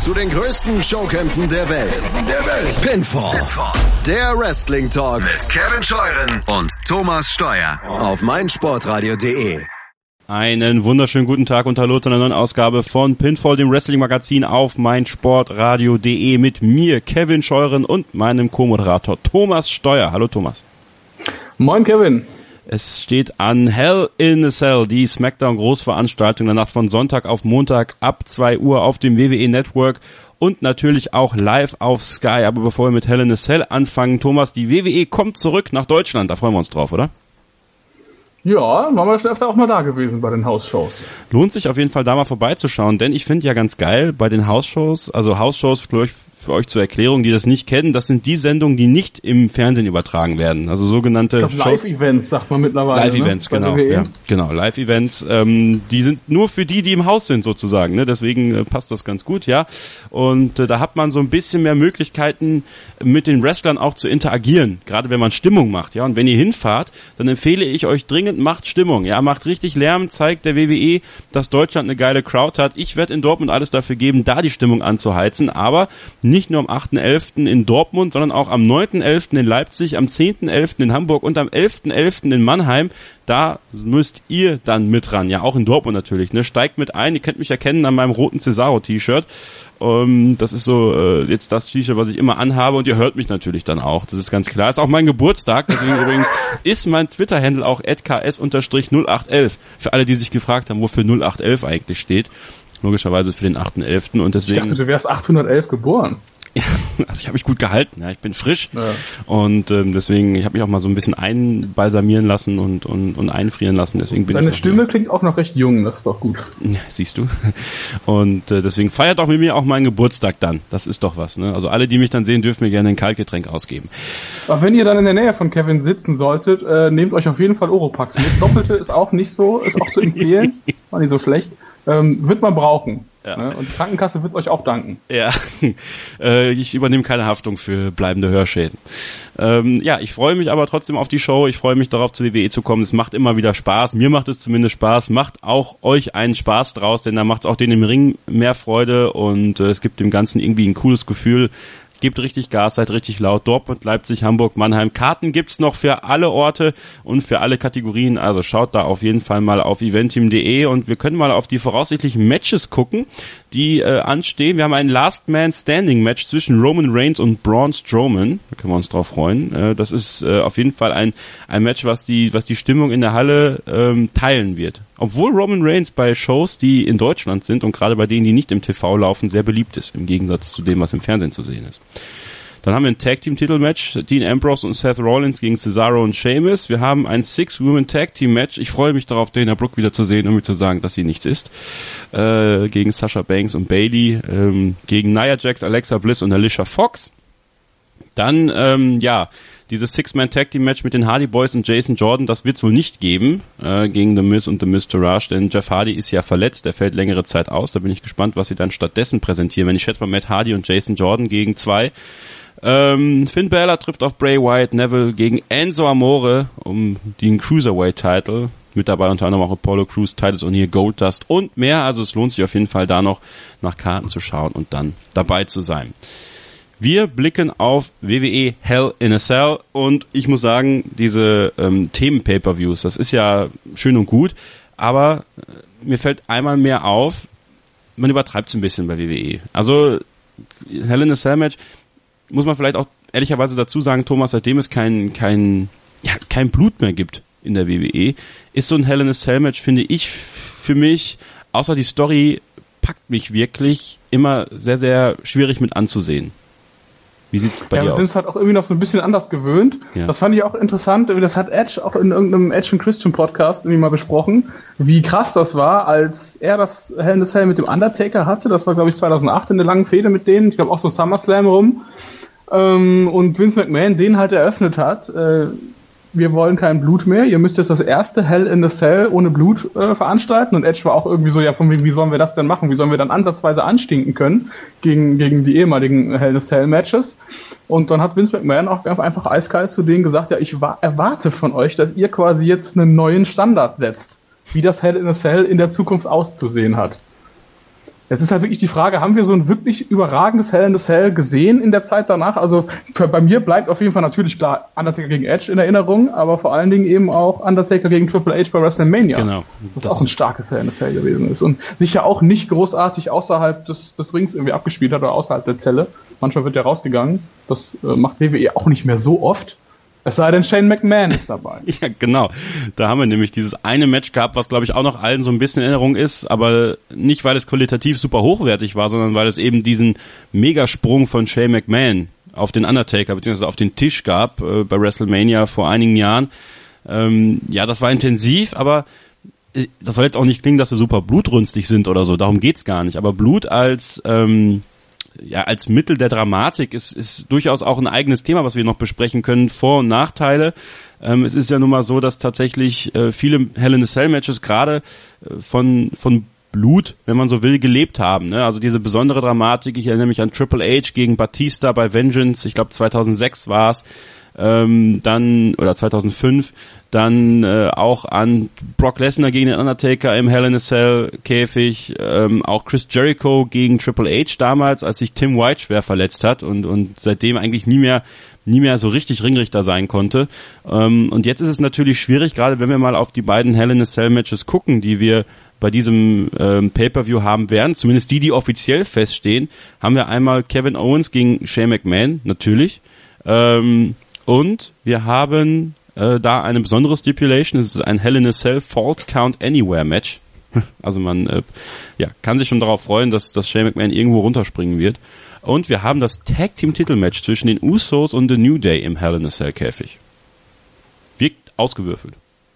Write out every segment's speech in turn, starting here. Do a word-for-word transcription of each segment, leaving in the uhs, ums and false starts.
zu den größten Showkämpfen der Welt. Der Welt. Pinfall. Pinfall. Der Wrestling Talk mit Kevin Scheuren und Thomas Steuer auf meinsportradio punkt de. Einen wunderschönen guten Tag und hallo zu einer neuen Ausgabe von Pinfall, dem Wrestling-Magazin auf meinsportradio punkt de mit mir, Kevin Scheuren, und meinem Co-Moderator Thomas Steuer. Hallo Thomas. Moin Kevin. Es steht an Hell in a Cell, die Smackdown-Großveranstaltung der Nacht von Sonntag auf Montag ab zwei Uhr auf dem W W E Network und natürlich auch live auf Sky. Aber bevor wir mit Hell in a Cell anfangen, Thomas, die W W E kommt zurück nach Deutschland. Da freuen wir uns drauf, oder? Ja, waren wir schon öfter auch mal da gewesen bei den Hausshows. Lohnt sich auf jeden Fall da mal vorbeizuschauen, denn ich finde ja ganz geil bei den Hausshows, also Hausshows für euch, für euch zur Erklärung, die das nicht kennen, das sind die Sendungen, die nicht im Fernsehen übertragen werden, also sogenannte Live-Events, sagt man mittlerweile. Live-Events, ne? genau, ja, genau, Live-Events, ähm, die sind nur für die, die im Haus sind sozusagen, ne? Deswegen äh, passt das ganz gut, ja. Und äh, da hat man so ein bisschen mehr Möglichkeiten, mit den Wrestlern auch zu interagieren, gerade wenn man Stimmung macht, ja. Und wenn ihr hinfahrt, dann empfehle ich euch dringend, macht Stimmung, ja, macht richtig Lärm, zeigt der W W E, dass Deutschland eine geile Crowd hat. Ich werde in Dortmund alles dafür geben, da die Stimmung anzuheizen, aber nicht nur am achten elften in Dortmund, sondern auch am neunten elften in Leipzig, am zehnten elften in Hamburg und am elften elften in Mannheim. Da müsst ihr dann mit ran, ja, auch in Dortmund natürlich, ne? Steigt mit ein, ihr könnt mich erkennen an meinem roten Cesaro-T-Shirt. Um, das ist so äh, jetzt das T-Shirt, was ich immer anhabe, und ihr hört mich natürlich dann auch, das ist ganz klar. Ist auch mein Geburtstag, deswegen übrigens ist mein Twitter-Handle auch at k s null acht elf. Für alle, die sich gefragt haben, wofür null acht elf eigentlich steht. Logischerweise für den achten elften und deswegen... Ich dachte, du wärst achthundertelf geboren. Ja, also ich habe mich gut gehalten, ja, ich bin frisch, ja. Und ähm, deswegen, ich habe mich auch mal so ein bisschen einbalsamieren lassen und und und einfrieren lassen, deswegen bin Deine ich Stimme mehr. Klingt auch noch recht jung, das ist doch gut. Ja, siehst du. Und äh, deswegen feiert auch mit mir auch meinen Geburtstag dann, das ist doch was, ne? Also alle, die mich dann sehen, dürfen mir gerne ein Kaltgetränk ausgeben. Aber wenn ihr dann in der Nähe von Kevin sitzen solltet, äh, nehmt euch auf jeden Fall Oropax mit. Doppelte ist auch nicht so, ist auch zu empfehlen, war nicht so schlecht. Ähm, wird man brauchen. Ja. Ne? Und die Krankenkasse wird es euch auch danken. Ja, äh, ich übernehme keine Haftung für bleibende Hörschäden. Ähm, ja, ich freue mich aber trotzdem auf die Show. Ich freue mich darauf, zur W W E zu kommen. Es macht immer wieder Spaß. Mir macht es zumindest Spaß. Macht auch euch einen Spaß draus, denn da macht es auch denen im Ring mehr Freude und äh, es gibt dem Ganzen irgendwie ein cooles Gefühl. Gebt richtig Gas, seid richtig laut. Dortmund, Leipzig, Hamburg, Mannheim. Karten gibt's noch für alle Orte und für alle Kategorien. Also schaut da auf jeden Fall mal auf eventim punkt de und wir können mal auf die voraussichtlichen Matches gucken, die äh, anstehen. Wir haben ein Last Man Standing Match zwischen Roman Reigns und Braun Strowman. Da können wir uns drauf freuen. Äh, das ist äh, auf jeden Fall ein ein Match, was die was die Stimmung in der Halle ähm, teilen wird. Obwohl Roman Reigns bei Shows, die in Deutschland sind und gerade bei denen, die nicht im T V laufen, sehr beliebt ist, im Gegensatz zu dem, was im Fernsehen zu sehen ist. Dann haben wir ein Tag-Team-Titel-Match, Dean Ambrose und Seth Rollins gegen Cesaro und Sheamus. Wir haben ein Six-Women-Tag-Team-Match. Ich freue mich darauf, Dana Brooke wieder zu sehen, um mir zu sagen, dass sie nichts ist. Äh, gegen Sasha Banks und Bayley, ähm, gegen Nia Jax, Alexa Bliss und Alicia Fox. Dann, ähm, ja, dieses Six-Man-Tag-Team-Match mit den Hardy Boys und Jason Jordan, das wird es wohl nicht geben, äh, gegen The Miz und The Miz Taraj, denn Jeff Hardy ist ja verletzt, der fällt längere Zeit aus, da bin ich gespannt, was sie dann stattdessen präsentieren, wenn ich schätze mal Matt Hardy und Jason Jordan gegen zwei. Ähm, Finn Balor trifft auf Bray Wyatt, Neville gegen Enzo Amore um den Cruiserweight-Title, mit dabei unter anderem auch Apollo Crews, Titus O'Neil, Goldust und mehr, also es lohnt sich auf jeden Fall da noch nach Karten zu schauen und dann dabei zu sein. Wir blicken auf W W E Hell in a Cell und ich muss sagen, diese ähm, Themen-Pay-Per-Views, das ist ja schön und gut, aber äh, mir fällt einmal mehr auf, man übertreibt es ein bisschen bei W W E. Also Hell in a Cell Match, muss man vielleicht auch ehrlicherweise dazu sagen, Thomas, seitdem es kein, kein, ja, kein Blut mehr gibt in der W W E, ist so ein Hell in a Cell Match, finde ich, für mich, außer die Story, packt mich wirklich immer sehr, sehr schwierig mit anzusehen. Wie sieht's bei ja, dir aus? Wir sind es halt auch irgendwie noch so ein bisschen anders gewöhnt. Ja. Das fand ich auch interessant. Das hat Edge auch in irgendeinem Edge and Christian Podcast irgendwie mal besprochen, wie krass das war, als er das Hell in a Cell mit dem Undertaker hatte. Das war, glaube ich, zweitausendacht in der langen Fehde mit denen. Ich glaube auch so SummerSlam rum. Ähm, und Vince McMahon den halt eröffnet hat. Äh, wir wollen kein Blut mehr. Ihr müsst jetzt das erste Hell in a Cell ohne Blut äh, veranstalten. Und Edge war auch irgendwie so, ja, von wegen, wie sollen wir das denn machen? Wie sollen wir dann ansatzweise anstinken können gegen, gegen die ehemaligen Hell in a Cell Matches? Und dann hat Vince McMahon auch einfach eiskalt zu denen gesagt, ja, ich wa- erwarte von euch, dass ihr quasi jetzt einen neuen Standard setzt, wie das Hell in a Cell in der Zukunft auszusehen hat. Jetzt ist halt wirklich die Frage, haben wir so ein wirklich überragendes Hell in a Cell gesehen in der Zeit danach? Also für, bei mir bleibt auf jeden Fall natürlich klar Undertaker gegen Edge in Erinnerung, aber vor allen Dingen eben auch Undertaker gegen Triple H bei WrestleMania. Genau. Was das auch ein starkes Hell in a Cell gewesen ist und sicher auch nicht großartig außerhalb des, des Rings irgendwie abgespielt hat oder außerhalb der Zelle. Manchmal wird der rausgegangen. Das äh, macht W W E auch nicht mehr so oft. Es sei denn, Shane McMahon ist dabei. Ja, genau. Da haben wir nämlich dieses eine Match gehabt, was, glaube ich, auch noch allen so ein bisschen in Erinnerung ist, aber nicht, weil es qualitativ super hochwertig war, sondern weil es eben diesen Megasprung von Shane McMahon auf den Undertaker, beziehungsweise auf den Tisch gab, äh, bei WrestleMania vor einigen Jahren. Ähm, ja, das war intensiv, aber das soll jetzt auch nicht klingen, dass wir super blutrünstig sind oder so, darum geht's gar nicht. Aber Blut als... Ähm, ja, als Mittel der Dramatik ist, ist durchaus auch ein eigenes Thema, was wir noch besprechen können, Vor- und Nachteile. Ähm, es ist ja nun mal so, dass tatsächlich äh, viele Hell in a Cell Matches gerade äh, von, von Blut, wenn man so will, gelebt haben. Ne? Also diese besondere Dramatik, ich erinnere mich an Triple H gegen Batista bei Vengeance, ich glaube zweitausendsechs war es, ähm, dann, oder zweitausendfünf, dann äh, auch an Brock Lesnar gegen den Undertaker im Hell in a Cell Käfig, ähm, auch Chris Jericho gegen Triple H damals, als sich Tim White schwer verletzt hat und und seitdem eigentlich nie mehr nie mehr so richtig Ringrichter sein konnte. Ähm, und jetzt ist es natürlich schwierig, gerade wenn wir mal auf die beiden Hell in a Cell Matches gucken, die wir bei diesem ähm, Pay-Per-View haben werden, zumindest die, die offiziell feststehen, haben wir einmal Kevin Owens gegen Shane McMahon, natürlich, ähm, und wir haben äh, da eine besondere Stipulation, es ist ein Hell in a Cell False Count Anywhere Match. Also man äh, ja, kann sich schon darauf freuen, dass, dass Shane McMahon irgendwo runterspringen wird. Und wir haben das Tag-Team-Titelmatch zwischen den Usos und The New Day im Hell in a Cell Käfig. Wirkt ausgewürfelt.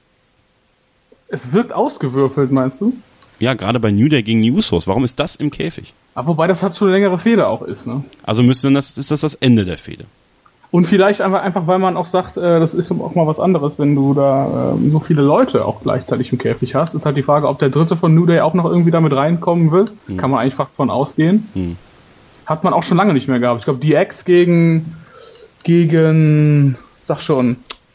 Es wirkt ausgewürfelt, meinst du? Ja, gerade bei New Day gegen die Usos. Warum ist das im Käfig? Aber wobei das halt schon eine längere Fehde auch ist, ne? Also müsste dann das, ist das das Ende der Fehde. Und vielleicht einfach, einfach weil man auch sagt, äh, das ist auch mal was anderes, wenn du da äh, so viele Leute auch gleichzeitig im Käfig hast. Ist halt die Frage, ob der dritte von New Day auch noch irgendwie damit reinkommen wird. Hm. Kann man eigentlich fast von ausgehen. Hm. Hat man auch schon lange nicht mehr gehabt. Ich glaube, D X gegen, gegen, sag schon,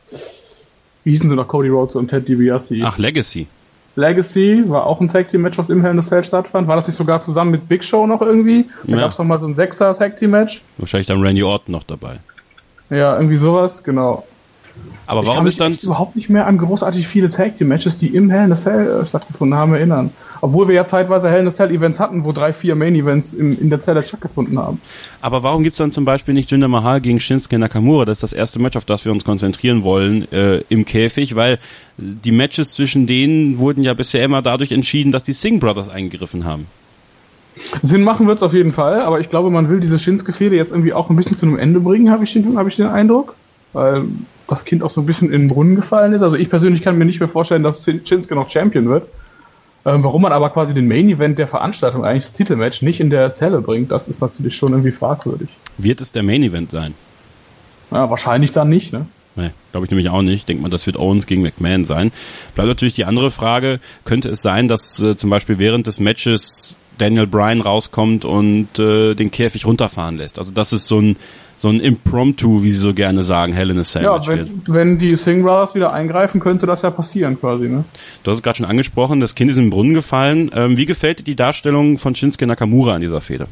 wie hießen sie noch, Cody Rhodes und Ted DiBiase? Ach, Legacy. Legacy war auch ein Tag-Team-Match, was im Hell in a Cell stattfand. War das nicht sogar zusammen mit Big Show noch irgendwie? Da ja. gab es noch mal so ein Sechser-Tag-Team-Match. Wahrscheinlich dann Randy Orton noch dabei. Ja, irgendwie sowas, genau. Aber ich warum kann ist dann... mich überhaupt nicht mehr an großartig viele Tag-Team-Matches, die im Hell in a Cell äh, stattgefunden haben, erinnern. Obwohl wir ja zeitweise Hell in a Cell-Events hatten, wo drei, vier Main-Events in, in der Zelle stattgefunden haben. Aber warum gibt's dann zum Beispiel nicht Jinder Mahal gegen Shinsuke Nakamura? Das ist das erste Match, auf das wir uns konzentrieren wollen, äh, im Käfig, weil die Matches zwischen denen wurden ja bisher immer dadurch entschieden, dass die Singh Brothers eingegriffen haben. Sinn machen wird's auf jeden Fall, aber ich glaube, man will diese Shinsuke-Fehde jetzt irgendwie auch ein bisschen zu einem Ende bringen, habe ich, den, hab ich den Eindruck. Weil das Kind auch so ein bisschen in den Brunnen gefallen ist. Also ich persönlich kann mir nicht mehr vorstellen, dass Shinsuke noch Champion wird. Ähm, warum man aber quasi den Main-Event der Veranstaltung, eigentlich das Titelmatch, nicht in der Zelle bringt, das ist natürlich schon irgendwie fragwürdig. Wird es der Main-Event sein? Ja, wahrscheinlich dann nicht, ne? Nee, glaube ich nämlich auch nicht. Denkt man, das wird Owens gegen McMahon sein. Bleibt natürlich die andere Frage, könnte es sein, dass äh, zum Beispiel während des Matches Daniel Bryan rauskommt und äh, den Käfig runterfahren lässt. Also das ist so ein so ein Impromptu, wie sie so gerne sagen, Hell in a Cell Match wird. Ja, wenn, wenn die Singh Brothers wieder eingreifen, könnte das ja passieren quasi, ne? Du hast es gerade schon angesprochen, das Kind ist in den Brunnen gefallen. Ähm, wie gefällt dir die Darstellung von Shinsuke Nakamura in dieser Fehde?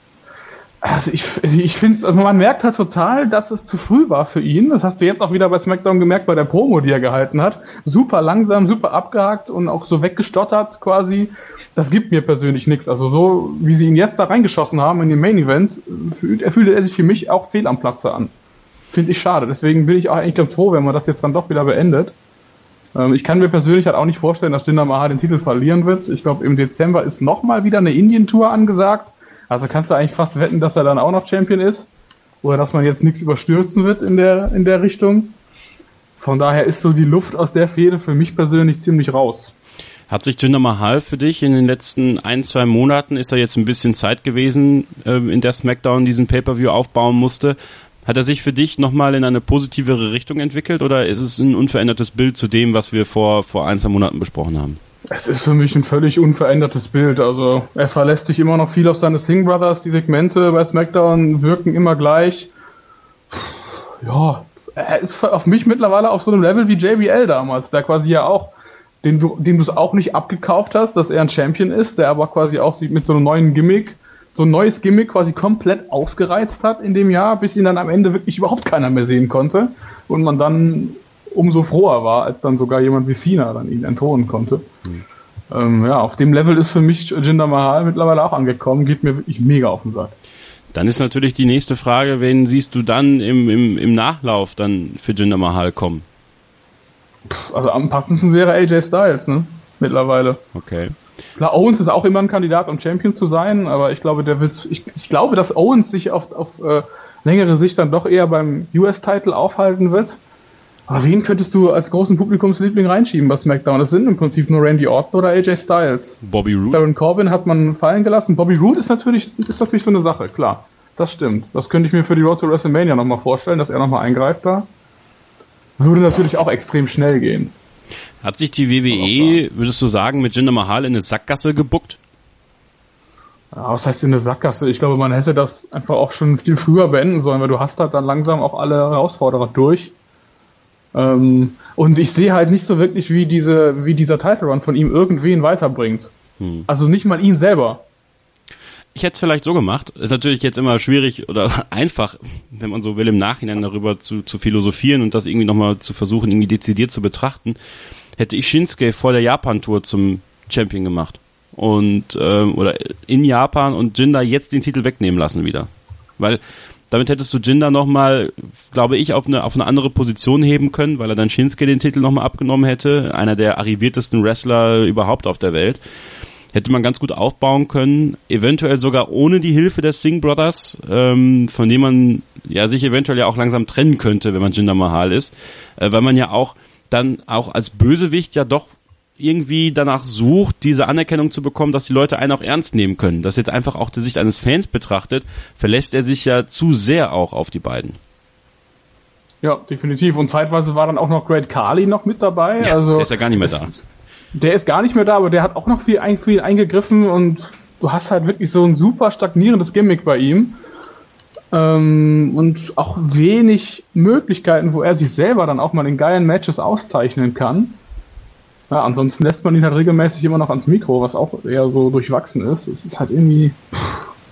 Also ich, ich finde es, also man merkt halt total, dass es zu früh war für ihn. Das hast du jetzt auch wieder bei SmackDown gemerkt, bei der Promo, die er gehalten hat. Super langsam, super abgehakt und auch so weggestottert quasi. Das gibt mir persönlich nichts. Also so, wie sie ihn jetzt da reingeschossen haben in den Main Event, fühlt, er fühlte er sich für mich auch fehl am Platze an. Finde ich schade. Deswegen bin ich auch eigentlich ganz froh, wenn man das jetzt dann doch wieder beendet. Ähm, ich kann mir persönlich halt auch nicht vorstellen, dass Jinder Mahal den Titel verlieren wird. Ich glaube, im Dezember ist nochmal wieder eine Indien-Tour angesagt. Also kannst du eigentlich fast wetten, dass er dann auch noch Champion ist. Oder dass man jetzt nichts überstürzen wird in der, in der Richtung. Von daher ist so die Luft aus der Fehde für mich persönlich ziemlich raus. Hat sich Jinder Mahal für dich in den letzten ein, zwei Monaten, ist er jetzt ein bisschen Zeit gewesen, äh, in der SmackDown diesen Pay-Per-View aufbauen musste, hat er sich für dich nochmal in eine positivere Richtung entwickelt oder ist es ein unverändertes Bild zu dem, was wir vor, vor ein, zwei Monaten besprochen haben? Es ist für mich ein völlig unverändertes Bild. Also er verlässt sich immer noch viel auf seine Singh Brothers. Die Segmente bei SmackDown wirken immer gleich. Ja, er ist auf mich mittlerweile auf so einem Level wie J B L damals, der quasi ja auch den du, dem du es auch nicht abgekauft hast, dass er ein Champion ist, der aber quasi auch sich mit so einem neuen Gimmick, so ein neues Gimmick quasi komplett ausgereizt hat in dem Jahr, bis ihn dann am Ende wirklich überhaupt keiner mehr sehen konnte und man dann umso froher war, als dann sogar jemand wie Cena dann ihn entthronen konnte. Mhm. Ähm, ja, auf dem Level ist für mich Jinder Mahal mittlerweile auch angekommen, geht mir wirklich mega auf den Sack. Dann ist natürlich die nächste Frage, wen siehst du dann im, im, im Nachlauf dann für Jinder Mahal kommen? Also am passendsten wäre A J Styles, ne? Mittlerweile. Okay. Klar, Owens ist auch immer ein Kandidat, um Champion zu sein, aber ich glaube, der wird, ich, ich glaube, dass Owens sich auf, auf äh, längere Sicht dann doch eher beim U S-Title aufhalten wird. Aber wen könntest du als großen Publikumsliebling reinschieben bei SmackDown? Das sind im Prinzip nur Randy Orton oder A J Styles. Bobby Roode. Baron Corbin hat man fallen gelassen. Bobby Roode ist natürlich, ist natürlich so eine Sache, klar. Das stimmt. Das könnte ich mir für die Road to WrestleMania nochmal vorstellen, dass er nochmal eingreift da. Würde natürlich auch extrem schnell gehen. Hat sich die W W E, würdest du sagen, mit Jinder Mahal in eine Sackgasse gebuckt? Ja, was heißt in eine Sackgasse? Ich glaube, man hätte das einfach auch schon viel früher beenden sollen, weil du hast halt dann langsam auch alle Herausforderer durch. Ähm, und ich sehe halt nicht so wirklich, wie diese, wie dieser Title Run von ihm irgendwen weiterbringt. Hm. Also nicht mal ihn selber. Ich hätte es vielleicht so gemacht. Ist natürlich jetzt immer schwierig oder einfach, wenn man so will, im Nachhinein darüber zu, zu philosophieren und das irgendwie nochmal zu versuchen, irgendwie dezidiert zu betrachten. Hätte ich Shinsuke vor der Japan-Tour zum Champion gemacht. Und, ähm, oder in Japan und Jinder jetzt den Titel wegnehmen lassen wieder. Weil damit hättest du Jinder nochmal, glaube ich, auf eine, auf eine andere Position heben können, weil er dann Shinsuke den Titel nochmal abgenommen hätte. Einer der arriviertesten Wrestler überhaupt auf der Welt. Hätte man ganz gut aufbauen können, eventuell sogar ohne die Hilfe der Singh Brothers, ähm, von denen man ja sich eventuell ja auch langsam trennen könnte, wenn man Jinder Mahal ist, äh, weil man ja auch dann auch als Bösewicht ja doch irgendwie danach sucht, diese Anerkennung zu bekommen, dass die Leute einen auch ernst nehmen können. Das jetzt einfach auch die Sicht eines Fans betrachtet, verlässt er sich ja zu sehr auch auf die beiden. Ja, definitiv. Und zeitweise war dann auch noch Great Khali noch mit dabei. Ja, also der ist ja gar nicht mehr da. Der ist gar nicht mehr da, aber der hat auch noch viel, viel eingegriffen und du hast halt wirklich so ein super stagnierendes Gimmick bei ihm. Ähm, und auch wenig Möglichkeiten, wo er sich selber dann auch mal in geilen Matches auszeichnen kann. Ja, ansonsten lässt man ihn halt regelmäßig immer noch ans Mikro, was auch eher so durchwachsen ist. Es ist halt irgendwie, pff,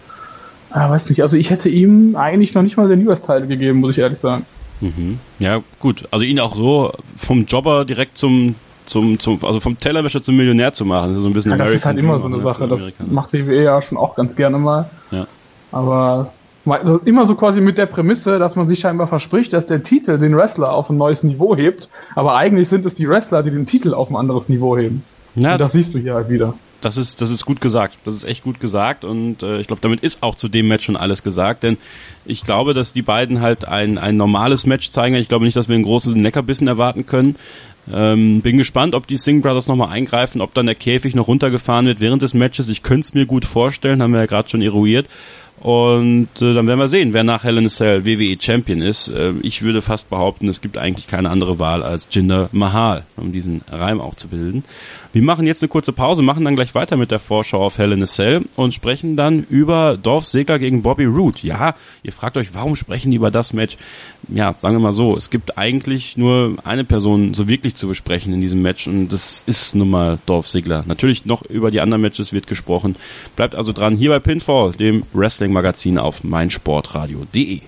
ah, weiß nicht, also ich hätte ihm eigentlich noch nicht mal den U S-Title gegeben, muss ich ehrlich sagen. Mhm. Ja, gut, also ihn auch so vom Jobber direkt zum, zum, zum, also vom Tellerwäscher zum Millionär zu machen, das ist so ein bisschen ja, das ist halt immer so eine Sache, das macht die W W E ja schon auch ganz gerne mal. Ja. Aber also immer so quasi mit der Prämisse, dass man sich scheinbar verspricht, dass der Titel den Wrestler auf ein neues Niveau hebt, aber eigentlich sind es die Wrestler, die den Titel auf ein anderes Niveau heben. Ja, und das siehst du hier halt wieder. Das ist, das ist gut gesagt. Das ist echt gut gesagt und äh, ich glaube, damit ist auch zu dem Match schon alles gesagt, denn ich glaube, dass die beiden halt ein, ein normales Match zeigen. Ich glaube nicht, dass wir ein großes Leckerbissen erwarten können. Ähm, bin gespannt, ob die Singh Brothers nochmal eingreifen, ob dann der Käfig noch runtergefahren wird während des Matches. Ich könnte es mir gut vorstellen, haben wir ja gerade schon eruiert. Und äh, dann werden wir sehen, wer nach Hell in a Cell W W E Champion ist. Äh, ich würde fast behaupten, es gibt eigentlich keine andere Wahl als Jinder Mahal, um diesen Reim auch zu bilden. Wir machen jetzt eine kurze Pause, machen dann gleich weiter mit der Vorschau auf Hell in a Cell und sprechen dann über Dolph Ziggler gegen Bobby Roode. Ja, ihr fragt euch, warum sprechen die über das Match? Ja, sagen wir mal so, es gibt eigentlich nur eine Person so wirklich zu besprechen in diesem Match und das ist nun mal Dolph Ziggler. Natürlich noch über die anderen Matches wird gesprochen. Bleibt also dran, hier bei Pinfall, dem Wrestling-Magazin auf meinsportradio punkt de.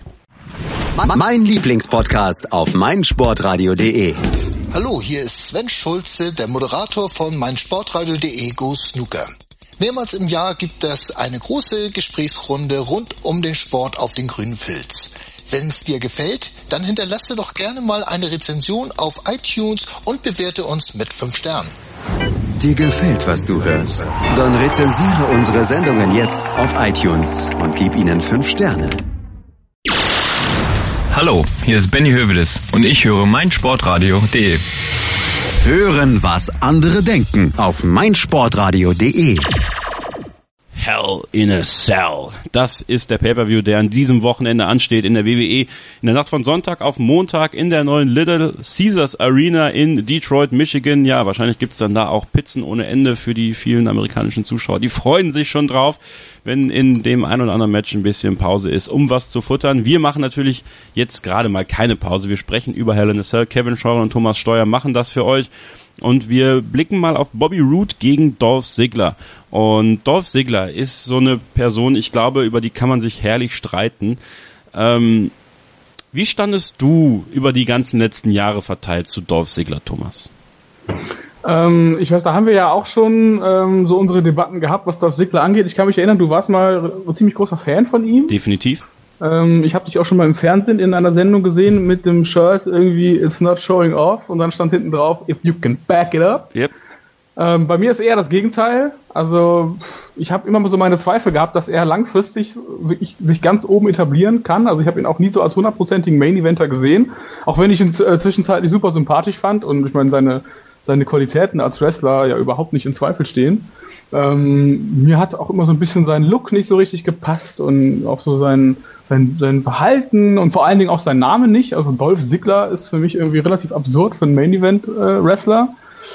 Mein Lieblingspodcast auf meinsportradio punkt de. Hallo, hier ist Sven Schulze, der Moderator von meinsportradio punkt de Go Snooker. Mehrmals im Jahr gibt es eine große Gesprächsrunde rund um den Sport auf den grünen Filz. Wenn es dir gefällt, dann hinterlasse doch gerne mal eine Rezension auf iTunes und bewerte uns mit fünf Sternen. Dir gefällt, was du hörst? Dann rezensiere unsere Sendungen jetzt auf iTunes und gib ihnen fünf Sterne. Hallo, hier ist Benny Hövedes und ich höre meinsportradio punkt de. Hören, was andere denken auf meinsportradio punkt de. Hell in a Cell. Das ist der Pay-Per-View, der an diesem Wochenende ansteht in der W W E. In der Nacht von Sonntag auf Montag in der neuen Little Caesars Arena in Detroit, Michigan. Ja, wahrscheinlich gibt's dann da auch Pizzen ohne Ende für die vielen amerikanischen Zuschauer. Die freuen sich schon drauf, wenn in dem ein oder anderen Match ein bisschen Pause ist, um was zu futtern. Wir machen natürlich jetzt gerade mal keine Pause. Wir sprechen über Hell in a Cell. Kevin Scheuren und Thomas Steuer machen das für euch. und wir blicken mal auf Bobby Roode gegen Dolph Ziggler. Und Dolph Ziggler ist so eine Person, ich glaube, über die kann man sich herrlich streiten. Ähm, wie standest du über die ganzen letzten Jahre verteilt zu Dolph Ziggler, Thomas? Ähm, ich weiß, da haben wir ja auch schon ähm, so unsere Debatten gehabt, was Dolph Ziggler angeht. Ich kann mich erinnern, du warst mal ein ziemlich großer Fan von ihm. Definitiv. Ähm, ich habe dich auch schon mal im Fernsehen in einer Sendung gesehen mit dem Shirt irgendwie "It's not showing off" und dann stand hinten drauf "If you can back it up". Yep. Ähm, bei mir ist eher das Gegenteil. Also ich habe immer so meine Zweifel gehabt, dass er langfristig wirklich sich ganz oben etablieren kann. Also ich habe ihn auch nie so als hundertprozentigen Main-Eventer gesehen, auch wenn ich ihn äh, zwischenzeitlich super sympathisch fand und ich meine seine seine Qualitäten als Wrestler ja überhaupt nicht in Zweifel stehen. Ähm, mir hat auch immer so ein bisschen sein Look nicht so richtig gepasst und auch so sein Sein, sein Verhalten und vor allen Dingen auch sein Name nicht. Also Dolph Ziggler ist für mich irgendwie relativ absurd für einen Main-Event-Wrestler.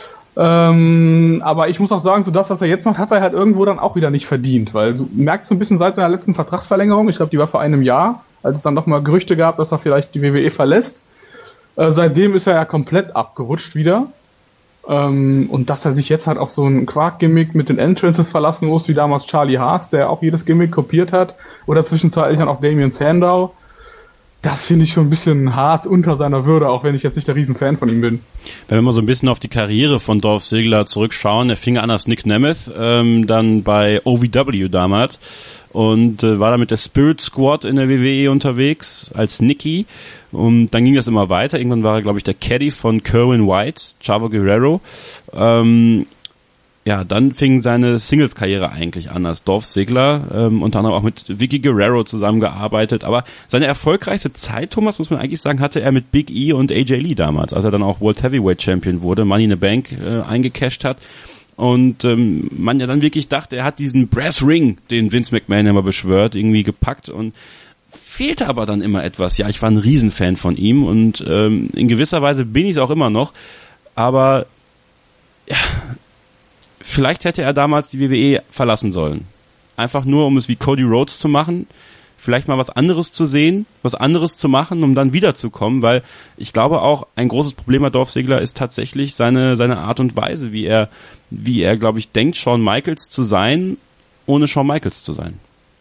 Ähm, aber ich muss auch sagen, so das, was er jetzt macht, hat er halt irgendwo dann auch wieder nicht verdient. Weil du merkst so ein bisschen seit seiner letzten Vertragsverlängerung, ich glaube, die war vor einem Jahr, als es dann nochmal Gerüchte gab, dass er vielleicht die W W E verlässt. Äh, seitdem ist er ja komplett abgerutscht wieder. Ähm, und dass er sich jetzt halt auf so ein Quark-Gimmick mit den Entrances verlassen muss, wie damals Charlie Haas, der auch jedes Gimmick kopiert hat, oder zwischenzeitlich dann auch Damien Sandow, das finde ich schon ein bisschen hart unter seiner Würde, auch wenn ich jetzt nicht der Riesenfan von ihm bin. Wenn wir mal so ein bisschen auf die Karriere von Dolph Ziggler zurückschauen, er fing an als Nick Nemeth, ähm, dann bei O V W damals und äh, war da mit der Spirit Squad in der W W E unterwegs als Nicky. Und dann ging das immer weiter. Irgendwann war er, glaube ich, der Caddy von Kerwin White, Chavo Guerrero. Ähm, ja, dann fing seine Singles-Karriere eigentlich an als Dolph Ziggler, ähm, unter anderem auch mit Vicky Guerrero zusammengearbeitet. Aber seine erfolgreichste Zeit, Thomas, muss man eigentlich sagen, hatte er mit Big E und A J Lee damals, als er dann auch World Heavyweight Champion wurde, Money in the Bank äh, eingecasht hat. Und ähm, man ja dann wirklich dachte, er hat diesen Brass Ring, den Vince McMahon immer beschwört, irgendwie gepackt und fehlte aber dann immer etwas. Ja, ich war ein Riesenfan von ihm und ähm, in gewisser Weise bin ich es auch immer noch. Aber ja, vielleicht hätte er damals die W W E verlassen sollen. Einfach nur, um es wie Cody Rhodes zu machen. Vielleicht mal was anderes zu sehen, was anderes zu machen, um dann wiederzukommen, weil ich glaube auch, ein großes Problem bei Dolph Ziggler ist tatsächlich seine seine Art und Weise, wie er, wie er, glaube ich, denkt, Shawn Michaels zu sein, ohne Shawn Michaels zu sein.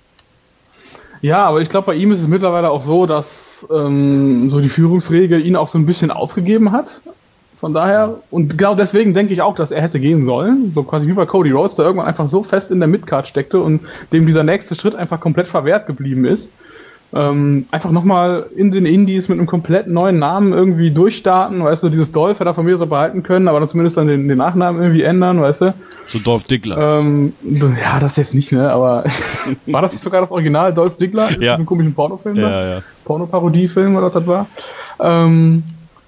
Ja, aber ich glaube, bei ihm ist es mittlerweile auch so, dass ähm, so die Führungsriege ihn auch so ein bisschen aufgegeben hat. Von daher, und genau deswegen denke ich auch, dass er hätte gehen sollen, so quasi wie bei Cody Rhodes, der irgendwann einfach so fest in der Midcard steckte und dem dieser nächste Schritt einfach komplett verwehrt geblieben ist. Ähm, einfach nochmal in den Indies mit einem komplett neuen Namen irgendwie durchstarten, weißt du, dieses Dolph hätte er von mir so behalten können, aber dann zumindest dann den, den Nachnamen irgendwie ändern, weißt du. So Dolph Ziggler. Ähm, ja, das jetzt nicht, ne, aber war das nicht sogar das Original Dolph Ziggler? Ja. Mit einem komischen Pornofilm ja, da? ja. Pornoparodiefilm oder was das war. Ähm,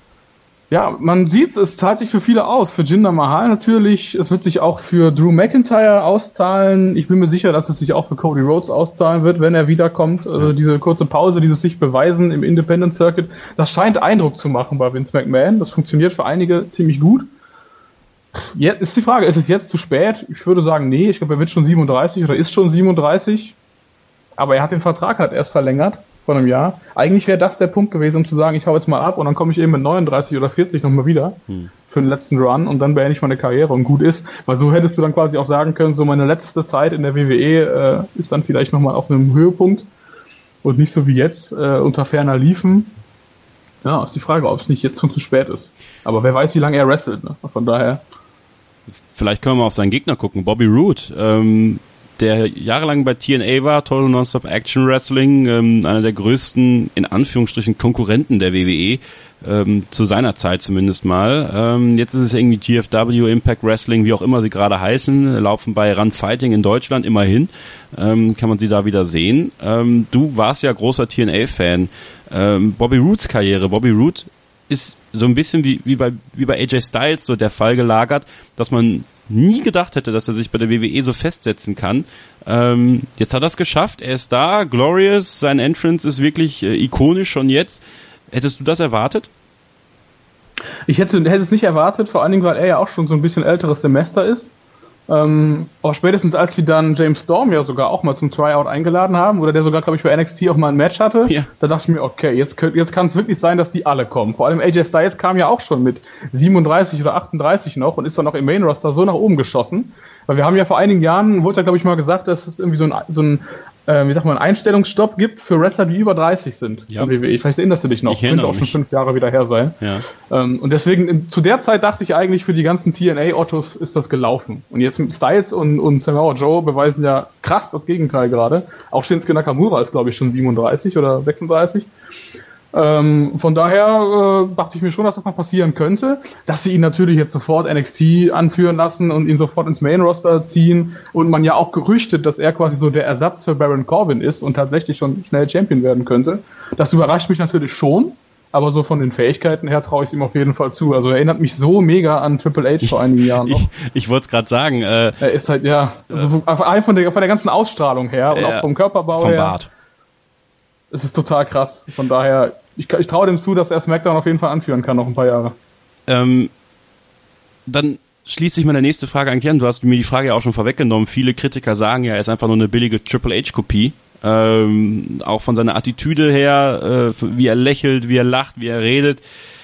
Ja, man sieht, es zahlt sich für viele aus. Für Jinder Mahal natürlich. Es wird sich auch für Drew McIntyre auszahlen. Ich bin mir sicher, dass es sich auch für Cody Rhodes auszahlen wird, wenn er wiederkommt. Also diese kurze Pause, dieses sich beweisen im Independent Circuit, das scheint Eindruck zu machen bei Vince McMahon. Das funktioniert für einige ziemlich gut. Jetzt ist die Frage, ist es jetzt zu spät? Ich würde sagen, nee. Ich glaube, er wird schon siebenunddreißig oder ist schon siebenunddreißig. Aber er hat den Vertrag halt erst verlängert. Vor einem Jahr. Eigentlich wäre das der Punkt gewesen, um zu sagen, ich hau jetzt mal ab und dann komme ich eben mit neununddreißig oder vierzig nochmal wieder hm. für den letzten Run und dann beende ich meine Karriere und gut ist. Weil so hättest du dann quasi auch sagen können, so meine letzte Zeit in der W W E äh, ist dann vielleicht nochmal auf einem Höhepunkt und nicht so wie jetzt äh, unter ferner Liefen. Ja, ist die Frage, ob es nicht jetzt schon zu spät ist. Aber wer weiß, wie lange er wrestelt. Ne? Von daher. Vielleicht können wir mal auf seinen Gegner gucken. Bobby Roode. Ähm der jahrelang bei T N A war, Total Nonstop Action Wrestling, ähm, einer der größten, in Anführungsstrichen, Konkurrenten der W W E, ähm, zu seiner Zeit zumindest mal. Ähm, jetzt ist es irgendwie G F W, Impact Wrestling, wie auch immer sie gerade heißen, laufen bei Run Fighting in Deutschland immerhin, ähm, kann man sie da wieder sehen. Ähm, du warst ja großer T N A-Fan. Ähm, Bobby Roodes Karriere, Bobby Roode ist so ein bisschen wie, wie bei, wie bei A J Styles so der Fall gelagert, dass man nie gedacht hätte, dass er sich bei der W W E so festsetzen kann. Ähm, jetzt hat er es geschafft, er ist da, glorious, sein Entrance ist wirklich äh, ikonisch schon jetzt. Hättest du das erwartet? Ich hätte, hätte es nicht erwartet, vor allen Dingen, weil er ja auch schon so ein bisschen älteres Semester ist. Ähm, aber spätestens als sie dann James Storm ja sogar auch mal zum Tryout eingeladen haben, oder der sogar, glaube ich, bei N X T auch mal ein Match hatte, ja. Da dachte ich mir, okay, jetzt, könnt, jetzt kann es wirklich sein, dass die alle kommen. Vor allem A J Styles kam ja auch schon mit siebenunddreißig oder achtunddreißig noch und ist dann auch im Main-Roster so nach oben geschossen. Weil wir haben ja vor einigen Jahren, wurde ja, glaube ich, mal gesagt, dass es irgendwie so ein, so ein äh, wie sagt man, einen Einstellungsstopp gibt für Wrestler, die über dreißig sind. Ja. W W E. Vielleicht erinnerst du dich noch. Ich erinnere Könnte auch mich. schon fünf Jahre wieder her sein. Ja. Ähm, und deswegen, in, zu der Zeit dachte ich eigentlich, für die ganzen T N A-Ottos ist das gelaufen. Und jetzt mit Styles und, und Samoa Joe beweisen ja krass das Gegenteil gerade. Auch Shinsuke Nakamura ist, glaube ich, schon siebenunddreißig oder sechsunddreißig. Ähm, von daher äh, dachte ich mir schon, dass das noch passieren könnte, dass sie ihn natürlich jetzt sofort N X T anführen lassen und ihn sofort ins Main-Roster ziehen und man ja auch gerüchtet, dass er quasi so der Ersatz für Baron Corbin ist und tatsächlich schon schnell Champion werden könnte. Das überrascht mich natürlich schon, aber so von den Fähigkeiten her traue ich es ihm auf jeden Fall zu. Also er erinnert mich so mega an Triple H vor einigen Jahren noch. Ich, ich wollte es gerade sagen. Äh, er ist halt, ja, also äh, von, der, von der ganzen Ausstrahlung her und äh, auch vom Körperbau vom her. Bart. Es ist total krass. Von daher, ich, ich traue dem zu, dass er SmackDown auf jeden Fall anführen kann, noch ein paar Jahre. Ähm, dann schließt sich meine nächste Frage eigentlich an. Du hast mir die Frage ja auch schon vorweggenommen. Viele Kritiker sagen ja, er ist einfach nur eine billige Triple H-Kopie. Ähm, auch von seiner Attitüde her, äh, wie er lächelt, wie er lacht, wie er redet.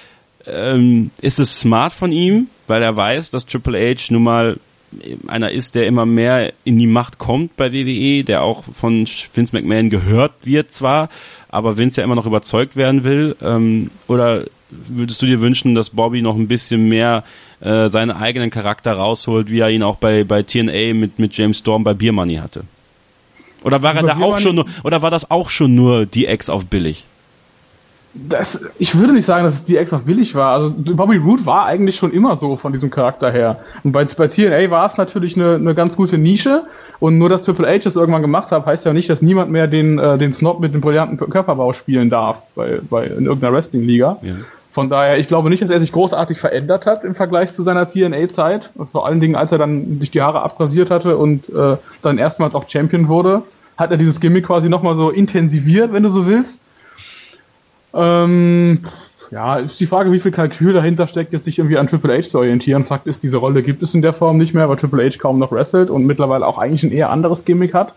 Ähm, ist es smart von ihm, weil er weiß, dass Triple H nun mal einer ist, der immer mehr in die Macht kommt bei W W E, der auch von Vince McMahon gehört wird zwar, aber Vince ja immer noch überzeugt werden will. Ähm, oder würdest du dir wünschen, dass Bobby noch ein bisschen mehr äh, seinen eigenen Charakter rausholt, wie er ihn auch bei bei T N A mit mit James Storm bei Beer Money hatte? Oder war er da auch schon nur, oder war das auch schon nur die Ex auf billig? Das, ich würde nicht sagen, dass es die Ex auf billig war. Also Bobby Roode war eigentlich schon immer so von diesem Charakter her. Und bei, bei T N A war es natürlich eine, eine ganz gute Nische. Und nur, dass Triple H es irgendwann gemacht hat, heißt ja nicht, dass niemand mehr den, äh, den Snob mit dem brillanten Körperbau spielen darf bei, bei in irgendeiner Wrestling-Liga. Ja. Von daher, ich glaube nicht, dass er sich großartig verändert hat im Vergleich zu seiner T N A-Zeit. Vor allen Dingen, als er dann sich die Haare abrasiert hatte und äh, dann erstmals auch Champion wurde, hat er dieses Gimmick quasi nochmal so intensiviert, wenn du so willst. Ähm, ja, ist die Frage, wie viel Kalkül dahinter steckt, jetzt sich irgendwie an Triple H zu orientieren. Fakt ist, diese Rolle gibt es in der Form nicht mehr, weil Triple H kaum noch wrestelt und mittlerweile auch eigentlich ein eher anderes Gimmick hat.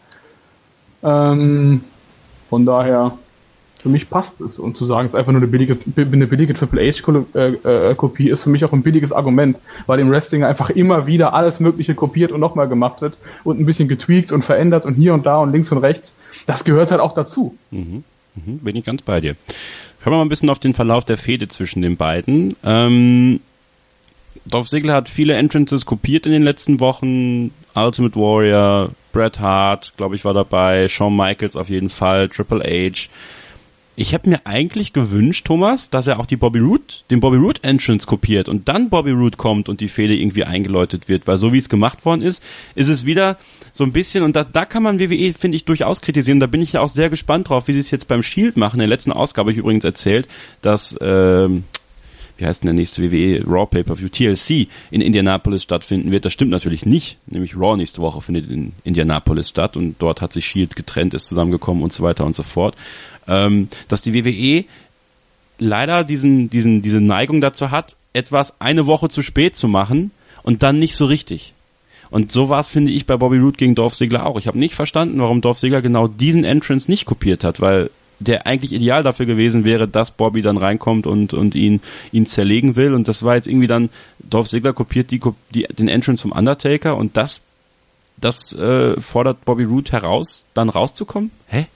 Ähm, von daher, für mich passt es. Und zu sagen, es ist einfach nur eine billige, eine billige Triple H-Kopie, ist für mich auch ein billiges Argument, weil im Wrestling einfach immer wieder alles Mögliche kopiert und nochmal gemacht wird und ein bisschen getweakt und verändert und hier und da und links und rechts. Das gehört halt auch dazu. Mhm. Mhm, bin ich ganz bei dir. Hören wir mal ein bisschen auf den Verlauf der Fehde zwischen den beiden. Ähm, Dolph Ziggler hat viele Entrances kopiert in den letzten Wochen. Ultimate Warrior, Bret Hart, glaube ich, war dabei, Shawn Michaels auf jeden Fall, Triple H. Ich hätte mir eigentlich gewünscht, Thomas, dass er auch die Bobby Roode, den Bobby Roode Entrance kopiert und dann Bobby Roode kommt und die Fehde irgendwie eingeläutet wird, weil so wie es gemacht worden ist, ist es wieder so ein bisschen, und da, da kann man W W E, finde ich, durchaus kritisieren. Da bin ich ja auch sehr gespannt drauf, wie sie es jetzt beim Shield machen. In der letzten Ausgabe habe ich übrigens erzählt, dass, ähm, wie heißt denn der nächste W W E Raw Pay-Per-View, T L C, in Indianapolis stattfinden wird. Das stimmt natürlich nicht, nämlich Raw nächste Woche findet in Indianapolis statt und dort hat sich Shield getrennt, ist zusammengekommen und so weiter und so fort. Ähm, dass die W W E leider diesen, diesen, diese Neigung dazu hat, etwas eine Woche zu spät zu machen und dann nicht so richtig. Und so war es, finde ich, bei Bobby Roode gegen Dolph Ziggler auch. Ich habe nicht verstanden, warum Dolph Ziggler genau diesen Entrance nicht kopiert hat, weil der eigentlich ideal dafür gewesen wäre, dass Bobby dann reinkommt und, und ihn, ihn zerlegen will. Und das war jetzt irgendwie dann, Dolph Ziggler kopiert die, die, den Entrance vom Undertaker und das, das äh, fordert Bobby Roode heraus, dann rauszukommen? Hä?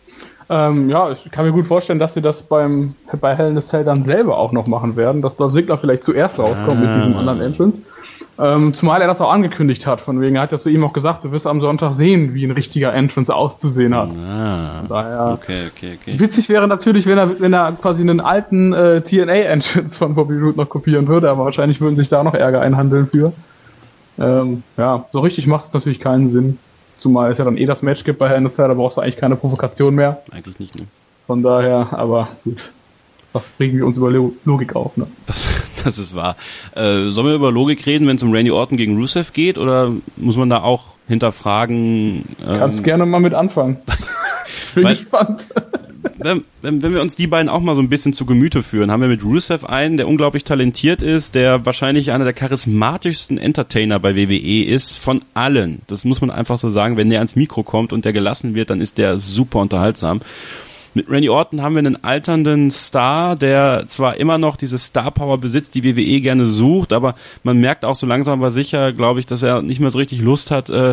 Ähm, ja, ich kann mir gut vorstellen, dass sie das beim bei Hell in a Cell dann selber auch noch machen werden, dass Dolph Ziggler vielleicht zuerst rauskommt ah. mit diesem anderen Entrance. Ähm, zumal er das auch angekündigt hat, von wegen, er hat ja zu ihm auch gesagt, du wirst am Sonntag sehen, wie ein richtiger Entrance auszusehen hat. Ah. Daher okay, okay, okay. Witzig wäre natürlich, wenn er wenn er quasi einen alten äh, T N A-Entrance von Bobby Roode noch kopieren würde, aber wahrscheinlich würden sich da noch Ärger einhandeln für. Ähm, ja, so richtig macht es natürlich keinen Sinn. Zumal es ja dann eh das Match gibt bei Hell in a Cell, da brauchst du eigentlich keine Provokation mehr. Eigentlich nicht, ne? Von daher, aber gut. Was bringen wir uns über Logik auf, ne? Das, das ist wahr. Äh, sollen wir über Logik reden, wenn es um Randy Orton gegen Rusev geht, oder muss man da auch hinterfragen? Ähm, Kannst gerne mal mit anfangen. Ich bin weil, gespannt. wenn, wenn wir uns die beiden auch mal so ein bisschen zu Gemüte führen, haben wir mit Rusev einen, der unglaublich talentiert ist, der wahrscheinlich einer der charismatischsten Entertainer bei W W E ist, von allen. Das muss man einfach so sagen. Wenn der ans Mikro kommt und der gelassen wird, dann ist der super unterhaltsam. Mit Randy Orton haben wir einen alternden Star, der zwar immer noch diese Star-Power besitzt, die W W E gerne sucht, aber man merkt auch so langsam aber sicher, glaube ich, dass er nicht mehr so richtig Lust hat, äh,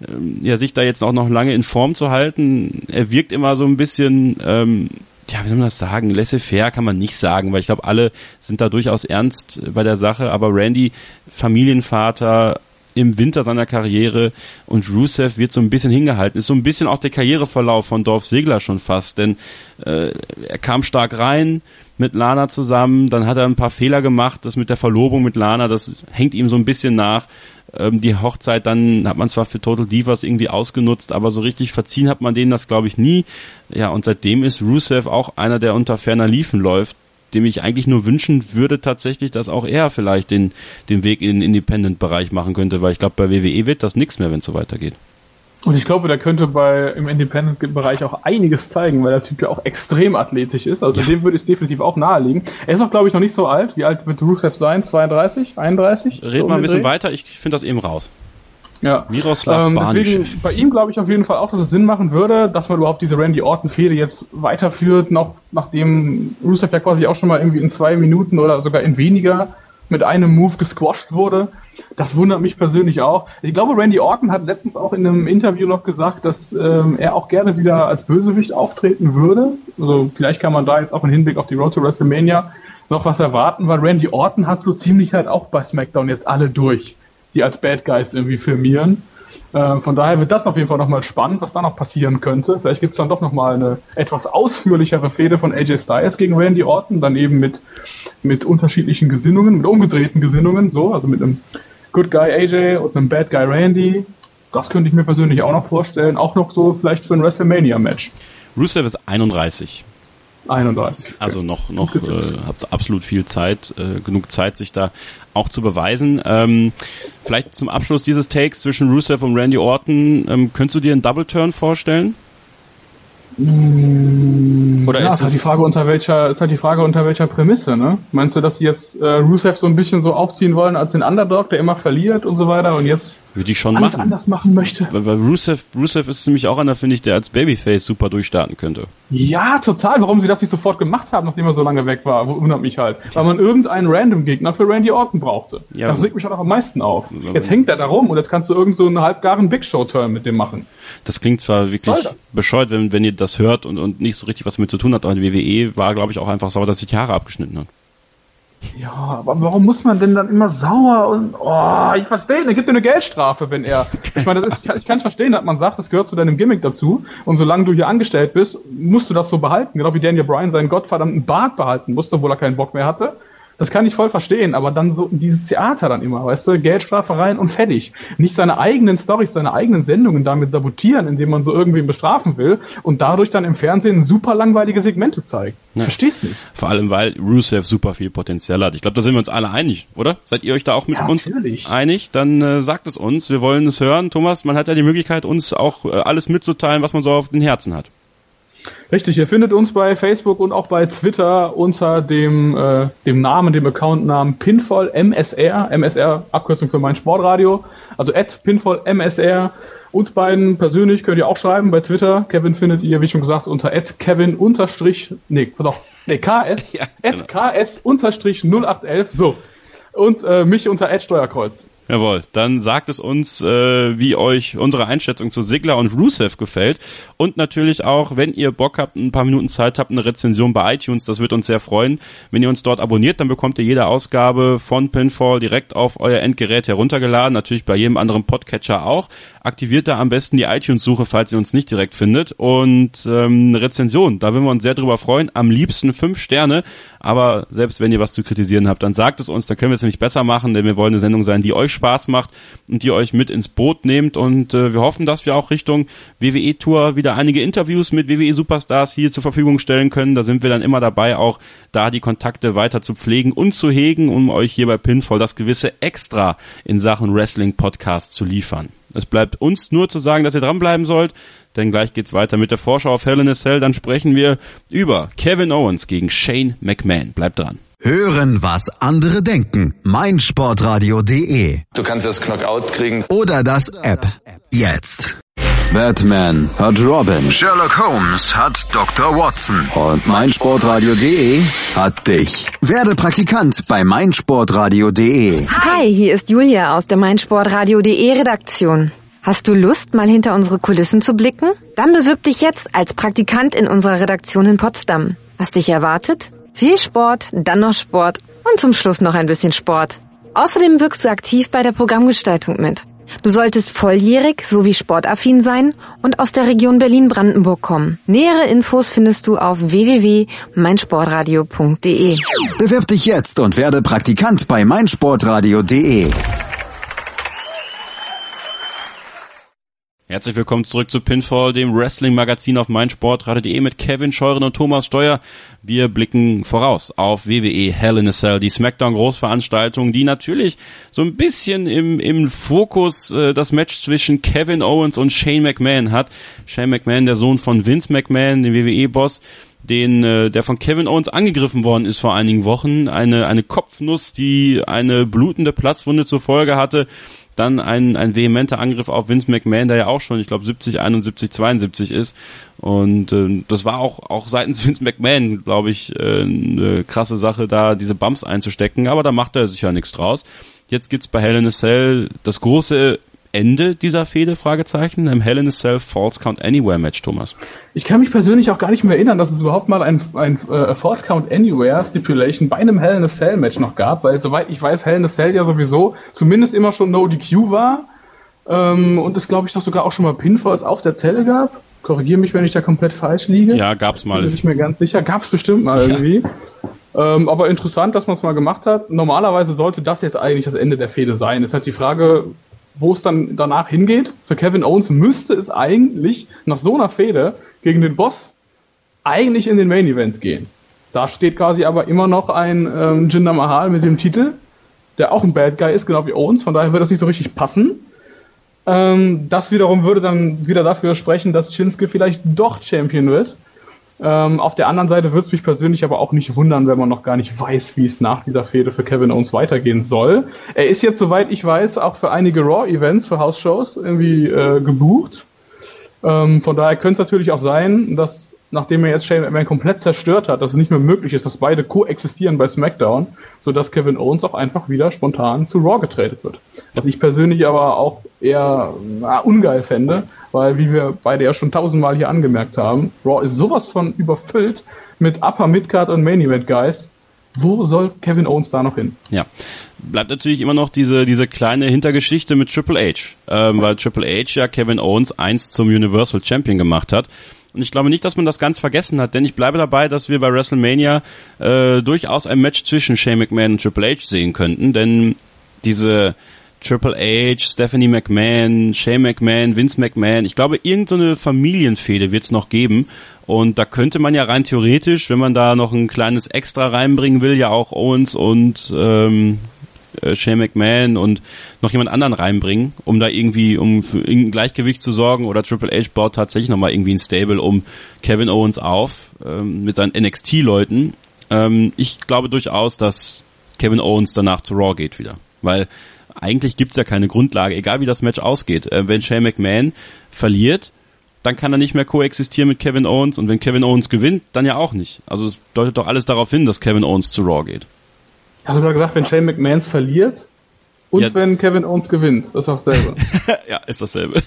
ja, sich da jetzt auch noch lange in Form zu halten. Er wirkt immer so ein bisschen, ähm, ja, wie soll man das sagen, laissez-faire kann man nicht sagen, weil ich glaube, alle sind da durchaus ernst bei der Sache, aber Randy, Familienvater, im Winter seiner Karriere, und Rusev wird so ein bisschen hingehalten. Ist so ein bisschen auch der Karriereverlauf von Dolph Ziggler schon fast, denn äh, er kam stark rein mit Lana zusammen, dann hat er ein paar Fehler gemacht, das mit der Verlobung mit Lana, das hängt ihm so ein bisschen nach. Ähm, die Hochzeit dann hat man zwar für Total Divas irgendwie ausgenutzt, aber so richtig verziehen hat man denen das, glaube ich, nie. Ja, und seitdem ist Rusev auch einer, der unter ferner Liefen läuft, dem ich eigentlich nur wünschen würde tatsächlich, dass auch er vielleicht den den Weg in den Independent-Bereich machen könnte, weil ich glaube, bei W W E wird das nichts mehr, wenn es so weitergeht. Und ich glaube, der könnte bei im Independent-Bereich auch einiges zeigen, weil der Typ ja auch extrem athletisch ist. Also ja. Dem würde ich definitiv auch naheliegen. Er ist auch, glaube ich, noch nicht so alt. Wie alt wird Rusev sein? zweiunddreißig? einunddreißig? Red so mal ein bisschen Dreh. Weiter. Ich finde das eben raus. Ja. Miroslav ähm, deswegen bei ihm glaube ich auf jeden Fall auch, dass es Sinn machen würde, dass man überhaupt diese Randy Orton-Fehde jetzt weiterführt, noch nachdem Rusev ja quasi auch schon mal irgendwie in zwei Minuten oder sogar in weniger mit einem Move gesquasht wurde. Das wundert mich persönlich auch. Ich glaube, Randy Orton hat letztens auch in einem Interview noch gesagt, dass ähm, er auch gerne wieder als Bösewicht auftreten würde. Also vielleicht kann man da jetzt auch im Hinblick auf die Road to WrestleMania noch was erwarten, weil Randy Orton hat so ziemlich halt auch bei SmackDown jetzt alle durch, die als Bad Guys irgendwie filmieren. Äh, von daher wird das auf jeden Fall nochmal spannend, was da noch passieren könnte. Vielleicht gibt es dann doch nochmal eine etwas ausführlichere Fehde von A J Styles gegen Randy Orton, dann eben mit, mit unterschiedlichen Gesinnungen, mit umgedrehten Gesinnungen, so, also mit einem Good Guy A J und einem Bad Guy Randy. Das könnte ich mir persönlich auch noch vorstellen, auch noch so vielleicht für ein WrestleMania-Match. Rusev ist einunddreißig. einunddreißig. Also noch, noch äh, habt absolut viel Zeit, äh, genug Zeit, sich da auch zu beweisen. Ähm, vielleicht zum Abschluss dieses Takes zwischen Rusev und Randy Orton, ähm, könntest du dir einen Double Turn vorstellen? Oder ja, ist, ist halt die Frage unter welcher, ist halt die Frage unter welcher Prämisse, ne? Meinst du, dass sie jetzt äh, Rusev so ein bisschen so aufziehen wollen als den Underdog, der immer verliert und so weiter und jetzt würde ich schon alles machen. anders machen möchte? Weil, weil Rusev, Rusev ist nämlich auch einer, finde ich, der als Babyface super durchstarten könnte. Ja, total. Warum sie das nicht sofort gemacht haben, nachdem er so lange weg war, wundert mich halt. Weil man irgendeinen Random-Gegner für Randy Orton brauchte. Ja, das regt mich halt auch am meisten auf. Jetzt hängt er da rum und jetzt kannst du irgend so einen halbgaren Big Show-Turn mit dem machen. Das klingt zwar wirklich bescheuert, wenn, wenn ihr das hört und, und nicht so richtig was damit zu tun hat, aber die W W E war, glaube ich, auch einfach sauer, dass sich die Haare abgeschnitten hat. Ja, aber warum muss man denn dann immer sauer und, oh, ich verstehe, er gibt dir eine Geldstrafe, wenn er, ich meine, das ist, ich kann es verstehen, dass man sagt, das gehört zu deinem Gimmick dazu und solange du hier angestellt bist, musst du das so behalten, genau wie Daniel Bryan seinen gottverdammten Bart behalten musste, obwohl er keinen Bock mehr hatte. Das kann ich voll verstehen, aber dann so dieses Theater dann immer, weißt du, Geldstrafe rein und fertig. Nicht seine eigenen Storys, seine eigenen Sendungen damit sabotieren, indem man so irgendwen bestrafen will und dadurch dann im Fernsehen super langweilige Segmente zeigt. Ja. Versteh's nicht. Vor allem, weil Rusev super viel Potenzial hat. Ich glaube, da sind wir uns alle einig, oder? Seid ihr euch da auch mit ja, uns natürlich einig? Dann äh, sagt es uns, wir wollen es hören. Thomas, man hat ja die Möglichkeit, uns auch äh, alles mitzuteilen, was man so auf den Herzen hat. Richtig, ihr findet uns bei Facebook und auch bei Twitter unter dem äh, dem Namen, dem Accountnamen Pinfall M S R, M S R Abkürzung für mein Sportradio, also at Pinfall M S R. Uns beiden persönlich könnt ihr auch schreiben bei Twitter. Kevin findet ihr, wie schon gesagt, unter at Kevin unterstrich, nee, doch, nee, K S, ja, genau. at K S unterstrich null acht elf, so. Und äh, mich unter at Steuerkreuz. Jawohl, dann sagt es uns, äh, wie euch unsere Einschätzung zu Ziggler und Rusev gefällt und natürlich auch, wenn ihr Bock habt, ein paar Minuten Zeit habt, eine Rezension bei iTunes, das wird uns sehr freuen. Wenn ihr uns dort abonniert, dann bekommt ihr jede Ausgabe von Pinfall direkt auf euer Endgerät heruntergeladen, natürlich bei jedem anderen Podcatcher auch. Aktiviert da am besten die iTunes-Suche, falls ihr uns nicht direkt findet, und ähm, eine Rezension, da würden wir uns sehr drüber freuen, am liebsten fünf Sterne, aber selbst wenn ihr was zu kritisieren habt, dann sagt es uns, dann können wir es nämlich besser machen, denn wir wollen eine Sendung sein, die euch Spaß macht und die euch mit ins Boot nehmt. Und äh, wir hoffen, dass wir auch Richtung W W E-Tour wieder einige Interviews mit W W E-Superstars hier zur Verfügung stellen können. Da sind wir dann immer dabei, auch da die Kontakte weiter zu pflegen und zu hegen, um euch hier bei Pinfall das gewisse Extra in Sachen Wrestling-Podcast zu liefern. Es bleibt uns nur zu sagen, dass ihr dranbleiben sollt, denn gleich geht's weiter mit der Vorschau auf Hell in a Cell. Dann sprechen wir über Kevin Owens gegen Shane McMahon. Bleibt dran. Hören, was andere denken. meinsportradio punkt de. Du kannst das Knockout kriegen. Oder das App. Jetzt. Batman hat Robin. Sherlock Holmes hat Doktor Watson. Und meinsportradio punkt de hat dich. Werde Praktikant bei meinsportradio punkt de. Hi, hier ist Julia aus der meinsportradio punkt de Redaktion. Hast du Lust, mal hinter unsere Kulissen zu blicken? Dann bewirb dich jetzt als Praktikant in unserer Redaktion in Potsdam. Was dich erwartet? Viel Sport, dann noch Sport und zum Schluss noch ein bisschen Sport. Außerdem wirkst du aktiv bei der Programmgestaltung mit. Du solltest volljährig sowie sportaffin sein und aus der Region Berlin-Brandenburg kommen. Nähere Infos findest du auf w w w punkt meinsportradio punkt de. Bewirb dich jetzt und werde Praktikant bei meinsportradio punkt de. Herzlich willkommen zurück zu Pinfall, dem Wrestling-Magazin auf meinsportradio punkt de mit Kevin Scheuren und Thomas Steuer. Wir blicken voraus auf W W E Hell in a Cell, die Smackdown-Großveranstaltung, die natürlich so ein bisschen im, im Fokus äh, das Match zwischen Kevin Owens und Shane McMahon hat. Shane McMahon, der Sohn von Vince McMahon, dem W W E-Boss, den äh, der von Kevin Owens angegriffen worden ist vor einigen Wochen. Eine, eine Kopfnuss, die eine blutende Platzwunde zur Folge hatte. Dann ein, ein vehementer Angriff auf Vince McMahon, der ja auch schon, ich glaube, siebzig, einundsiebzig, zweiundsiebzig ist. Und äh, das war auch auch seitens Vince McMahon, glaube ich, äh, eine krasse Sache, da diese Bumps einzustecken. Aber da macht er sich ja nichts draus. Jetzt gibt's bei Hell in a Cell das große Ende dieser Fehde, Fragezeichen, im Hell in a Cell Falls Count Anywhere Match, Thomas. Ich kann mich persönlich auch gar nicht mehr erinnern, dass es überhaupt mal ein, ein äh, Falls Count Anywhere Stipulation bei einem Hell in a Cell Match noch gab, weil soweit ich weiß, Hell in a Cell ja sowieso zumindest immer schon No D Q war ähm, und es glaube ich doch sogar auch schon mal Pinfalls auf der Zelle gab. Korrigiere mich, wenn ich da komplett falsch liege. Ja, gab's mal. Bin ich mir ganz sicher. Gab's bestimmt mal ja. irgendwie. Ähm, aber interessant, dass man es mal gemacht hat. Normalerweise sollte das jetzt eigentlich das Ende der Fehde sein. Es ist halt die Frage, wo es dann danach hingeht. Für Kevin Owens müsste es eigentlich nach so einer Fehde gegen den Boss eigentlich in den Main Event gehen. Da steht quasi aber immer noch ein ähm, Jinder Mahal mit dem Titel, der auch ein Bad Guy ist, genau wie Owens. Von daher würde das nicht so richtig passen. Ähm, das wiederum würde dann wieder dafür sprechen, dass Shinsuke vielleicht doch Champion wird. Ähm, auf der anderen Seite würde es mich persönlich aber auch nicht wundern, wenn man noch gar nicht weiß, wie es nach dieser Fehde für Kevin Owens weitergehen soll. Er ist jetzt, soweit ich weiß, auch für einige Raw-Events, für House-Shows irgendwie äh, gebucht. Ähm, von daher könnte es natürlich auch sein, dass, nachdem er jetzt Shane McMahon komplett zerstört hat, dass es nicht mehr möglich ist, dass beide koexistieren bei SmackDown, sodass Kevin Owens auch einfach wieder spontan zu Raw getradet wird. Was ich persönlich aber auch eher na, ungeil fände, weil, wie wir beide ja schon tausendmal hier angemerkt haben, Raw ist sowas von überfüllt mit Upper, Midcard und Main Event Guys. Wo soll Kevin Owens da noch hin? Ja, bleibt natürlich immer noch diese diese kleine Hintergeschichte mit Triple H, ähm, weil Triple H ja Kevin Owens einst zum Universal Champion gemacht hat. Und ich glaube nicht, dass man das ganz vergessen hat, denn ich bleibe dabei, dass wir bei WrestleMania äh, durchaus ein Match zwischen Shane McMahon und Triple H sehen könnten, denn diese Triple H, Stephanie McMahon, Shane McMahon, Vince McMahon, ich glaube, irgendeine Familienfehde wird es noch geben und da könnte man ja rein theoretisch, wenn man da noch ein kleines Extra reinbringen will, ja auch Owens und ähm, Shane McMahon und noch jemand anderen reinbringen, um da irgendwie, um für irgendein Gleichgewicht zu sorgen, oder Triple H baut tatsächlich nochmal irgendwie ein Stable um Kevin Owens auf, ähm, mit seinen N X T-Leuten. Ähm, ich glaube durchaus, dass Kevin Owens danach zu Raw geht wieder, weil eigentlich gibt's ja keine Grundlage, egal wie das Match ausgeht. Äh, wenn Shane McMahon verliert, dann kann er nicht mehr koexistieren mit Kevin Owens und wenn Kevin Owens gewinnt, dann ja auch nicht. Also es deutet doch alles darauf hin, dass Kevin Owens zu Raw geht. Hast du gerade gesagt, wenn Shane McMahon verliert und ja. wenn Kevin Owens gewinnt, das ist doch dasselbe. Ja, ist dasselbe.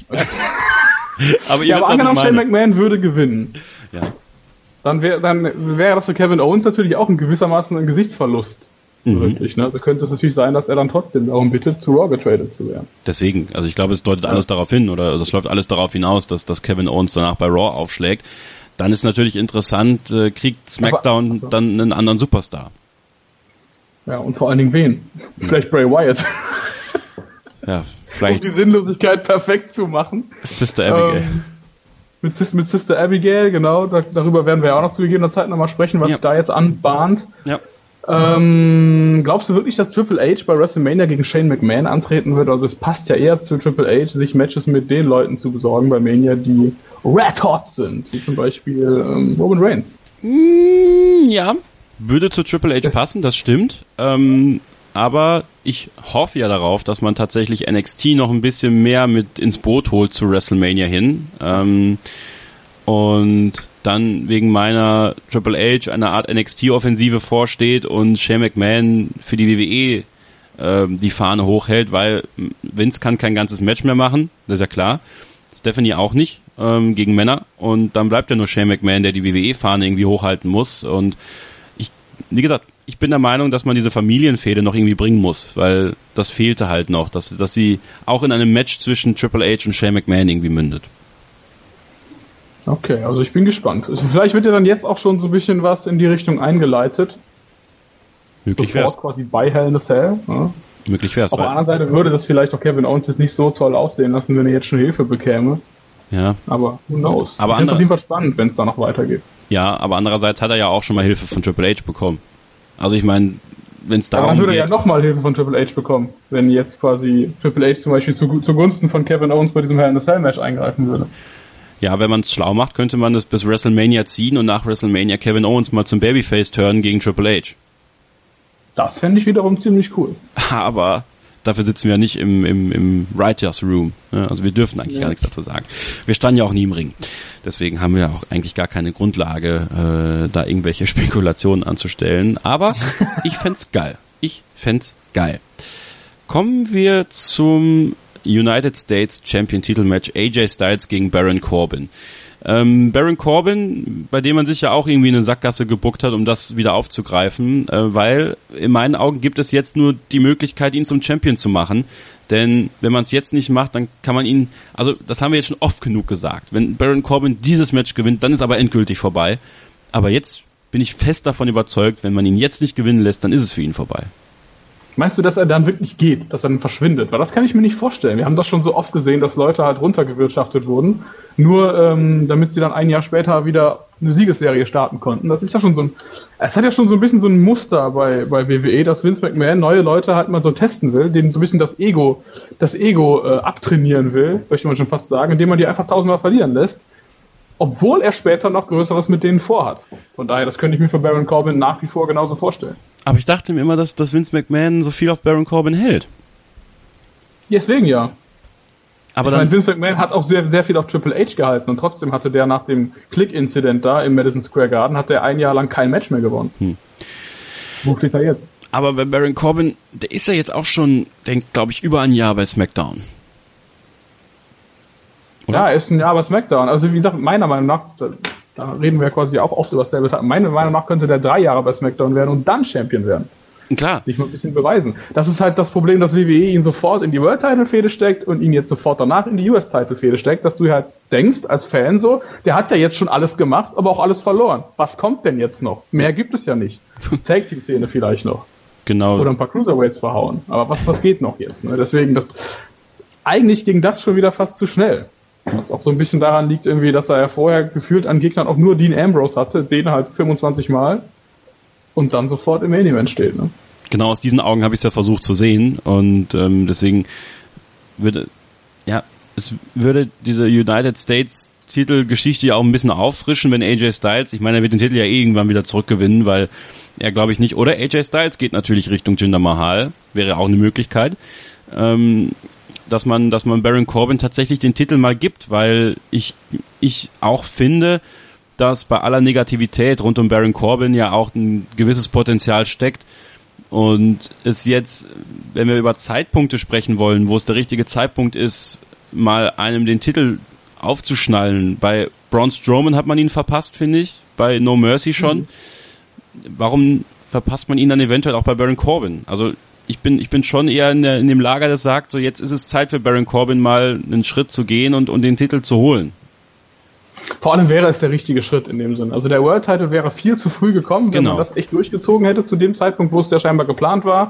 Aber ihr ja, wisst, aber angenommen, Shane McMahon würde gewinnen. Ja. Dann wäre dann wäre das für Kevin Owens natürlich auch in gewissermaßen ein Gesichtsverlust. So mhm. wirklich, ne? Da könnte es natürlich sein, dass er dann trotzdem darum bittet, zu Raw getradet zu werden. Deswegen, also ich glaube, es deutet ja. alles darauf hin, oder also es läuft alles darauf hinaus, dass, dass Kevin Owens danach bei Raw aufschlägt. Dann ist natürlich interessant, äh, kriegt SmackDown aber, also. dann einen anderen Superstar. Ja, und vor allen Dingen wen? Mhm. Vielleicht Bray Wyatt. Ja, vielleicht. Um die Sinnlosigkeit perfekt zu machen. Sister Abigail. Ähm, mit, mit Sister Abigail, genau. Da, darüber werden wir ja auch noch zu gegebener Zeit nochmal sprechen, was ja. sich da jetzt anbahnt. Ja. Ähm, glaubst du wirklich, dass Triple H bei WrestleMania gegen Shane McMahon antreten wird? Also es passt ja eher zu Triple H, sich Matches mit den Leuten zu besorgen bei Mania, die red hot sind, wie zum Beispiel ähm, Roman Reigns. Mm, ja, würde zu Triple H passen, das stimmt. Ähm, aber ich hoffe ja darauf, dass man tatsächlich N X T noch ein bisschen mehr mit ins Boot holt zu WrestleMania hin. Ähm, und dann wegen meiner Triple H eine Art N X T-Offensive vorsteht und Shane McMahon für die W W E äh, die Fahne hochhält, weil Vince kann kein ganzes Match mehr machen, das ist ja klar. Stephanie auch nicht ähm, gegen Männer und dann bleibt ja nur Shane McMahon, der die W W E-Fahne irgendwie hochhalten muss und ich, wie gesagt, ich bin der Meinung, dass man diese Familienfehde noch irgendwie bringen muss, weil das fehlte halt noch, dass, dass sie auch in einem Match zwischen Triple H und Shane McMahon irgendwie mündet. Okay, also ich bin gespannt. Also vielleicht wird ja dann jetzt auch schon so ein bisschen was in die Richtung eingeleitet. Möglich wär's. Quasi bei Hell in a Cell. Ja. Möglich wär's. Auf der anderen Seite würde das vielleicht auch Kevin Owens jetzt nicht so toll aussehen lassen, wenn er jetzt schon Hilfe bekäme. Ja. Aber who knows? Aber ich finde es auf jeden Fall spannend, wenn es da noch weitergeht. Ja, aber andererseits hat er ja auch schon mal Hilfe von Triple H bekommen. Also ich meine, wenn es darum geht... Aber dann würde er ja nochmal Hilfe von Triple H bekommen, wenn jetzt quasi Triple H zum Beispiel zu, zugunsten von Kevin Owens bei diesem Hell in a Cell Match eingreifen würde. Ja, wenn man es schlau macht, könnte man das bis WrestleMania ziehen und nach WrestleMania Kevin Owens mal zum Babyface turnen gegen Triple H. Das fände ich wiederum ziemlich cool. Aber dafür sitzen wir ja nicht im, im, im Writers Room. Also wir dürfen eigentlich ja. gar nichts dazu sagen. Wir standen ja auch nie im Ring. Deswegen haben wir auch eigentlich gar keine Grundlage, äh, da irgendwelche Spekulationen anzustellen. Aber ich fänd's geil. Ich fänd's geil. Kommen wir zum United States Champion Titelmatch A J Styles gegen Baron Corbin. Ähm, Baron Corbin, bei dem man sich ja auch irgendwie eine Sackgasse gebuckt hat, um das wieder aufzugreifen, äh, weil in meinen Augen gibt es jetzt nur die Möglichkeit, ihn zum Champion zu machen, denn wenn man es jetzt nicht macht, dann kann man ihn, also das haben wir jetzt schon oft genug gesagt, wenn Baron Corbin dieses Match gewinnt, dann ist aber endgültig vorbei, aber jetzt bin ich fest davon überzeugt, wenn man ihn jetzt nicht gewinnen lässt, dann ist es für ihn vorbei. Meinst du, dass er dann wirklich geht, dass er dann verschwindet? Weil das kann ich mir nicht vorstellen. Wir haben das schon so oft gesehen, dass Leute halt runtergewirtschaftet wurden, nur ähm, damit sie dann ein Jahr später wieder eine Siegesserie starten konnten. Das ist ja schon so ein, es hat ja schon so ein bisschen so ein Muster bei bei W W E, dass Vince McMahon neue Leute halt mal so testen will, denen so ein bisschen das Ego, das Ego äh, abtrainieren will, möchte man schon fast sagen, indem man die einfach tausendmal verlieren lässt, obwohl er später noch Größeres mit denen vorhat. Von daher, das könnte ich mir für Baron Corbin nach wie vor genauso vorstellen. Aber ich dachte mir immer, dass, dass Vince McMahon so viel auf Baron Corbin hält. Deswegen ja. Aber ich dann, meine, Vince McMahon hat auch sehr, sehr viel auf Triple H gehalten und trotzdem hatte der nach dem Click-Incident da im Madison Square Garden, hat der ein Jahr lang kein Match mehr gewonnen. Hm. Wo steht er jetzt? Aber bei Baron Corbin, der ist ja jetzt auch schon, denkt, glaube ich, über ein Jahr bei SmackDown. Oder? Ja, er ist ein Jahr bei SmackDown. Also wie gesagt, meiner Meinung nach, da reden wir ja quasi auch oft über dasselbe Tag. Meiner Meinung nach könnte der drei Jahre bei SmackDown werden und dann Champion werden. Klar. Sich mal ein bisschen beweisen. Das ist halt das Problem, dass W W E ihn sofort in die World-Title-Fehde steckt und ihn jetzt sofort danach in die U S-Title-Fehde steckt, dass du halt denkst, als Fan so, der hat ja jetzt schon alles gemacht, aber auch alles verloren. Was kommt denn jetzt noch? Mehr gibt es ja nicht. Tag-Team-Szene vielleicht noch. Genau. Oder ein paar Cruiserweights verhauen. Aber was, was geht noch jetzt? Ne? Deswegen, das, eigentlich ging das schon wieder fast zu schnell. Was auch so ein bisschen daran liegt irgendwie, dass er ja vorher gefühlt an Gegnern auch nur Dean Ambrose hatte, den halt fünfundzwanzig Mal und dann sofort im Main Event steht. Ne? Genau, aus diesen Augen habe ich es ja versucht zu sehen und ähm, deswegen würde, ja, es würde diese United States Titelgeschichte ja auch ein bisschen auffrischen, wenn A J Styles, ich meine, er wird den Titel ja irgendwann wieder zurückgewinnen, weil er glaube ich nicht, oder A J Styles geht natürlich Richtung Jinder Mahal, wäre auch eine Möglichkeit, ähm, dass man, dass man Baron Corbin tatsächlich den Titel mal gibt, weil ich, ich auch finde, dass bei aller Negativität rund um Baron Corbin ja auch ein gewisses Potenzial steckt und es jetzt, wenn wir über Zeitpunkte sprechen wollen, wo es der richtige Zeitpunkt ist, mal einem den Titel aufzuschnallen. Bei Braun Strowman hat man ihn verpasst, finde ich, bei No Mercy schon. Mhm. Warum verpasst man ihn dann eventuell auch bei Baron Corbin? Also ich bin ich bin schon eher in, der, in dem Lager, das sagt, so jetzt ist es Zeit für Baron Corbin mal einen Schritt zu gehen und, und den Titel zu holen. Vor allem wäre es der richtige Schritt in dem Sinn. Also der World Title wäre viel zu früh gekommen, wenn genau. man das echt durchgezogen hätte zu dem Zeitpunkt, wo es ja scheinbar geplant war.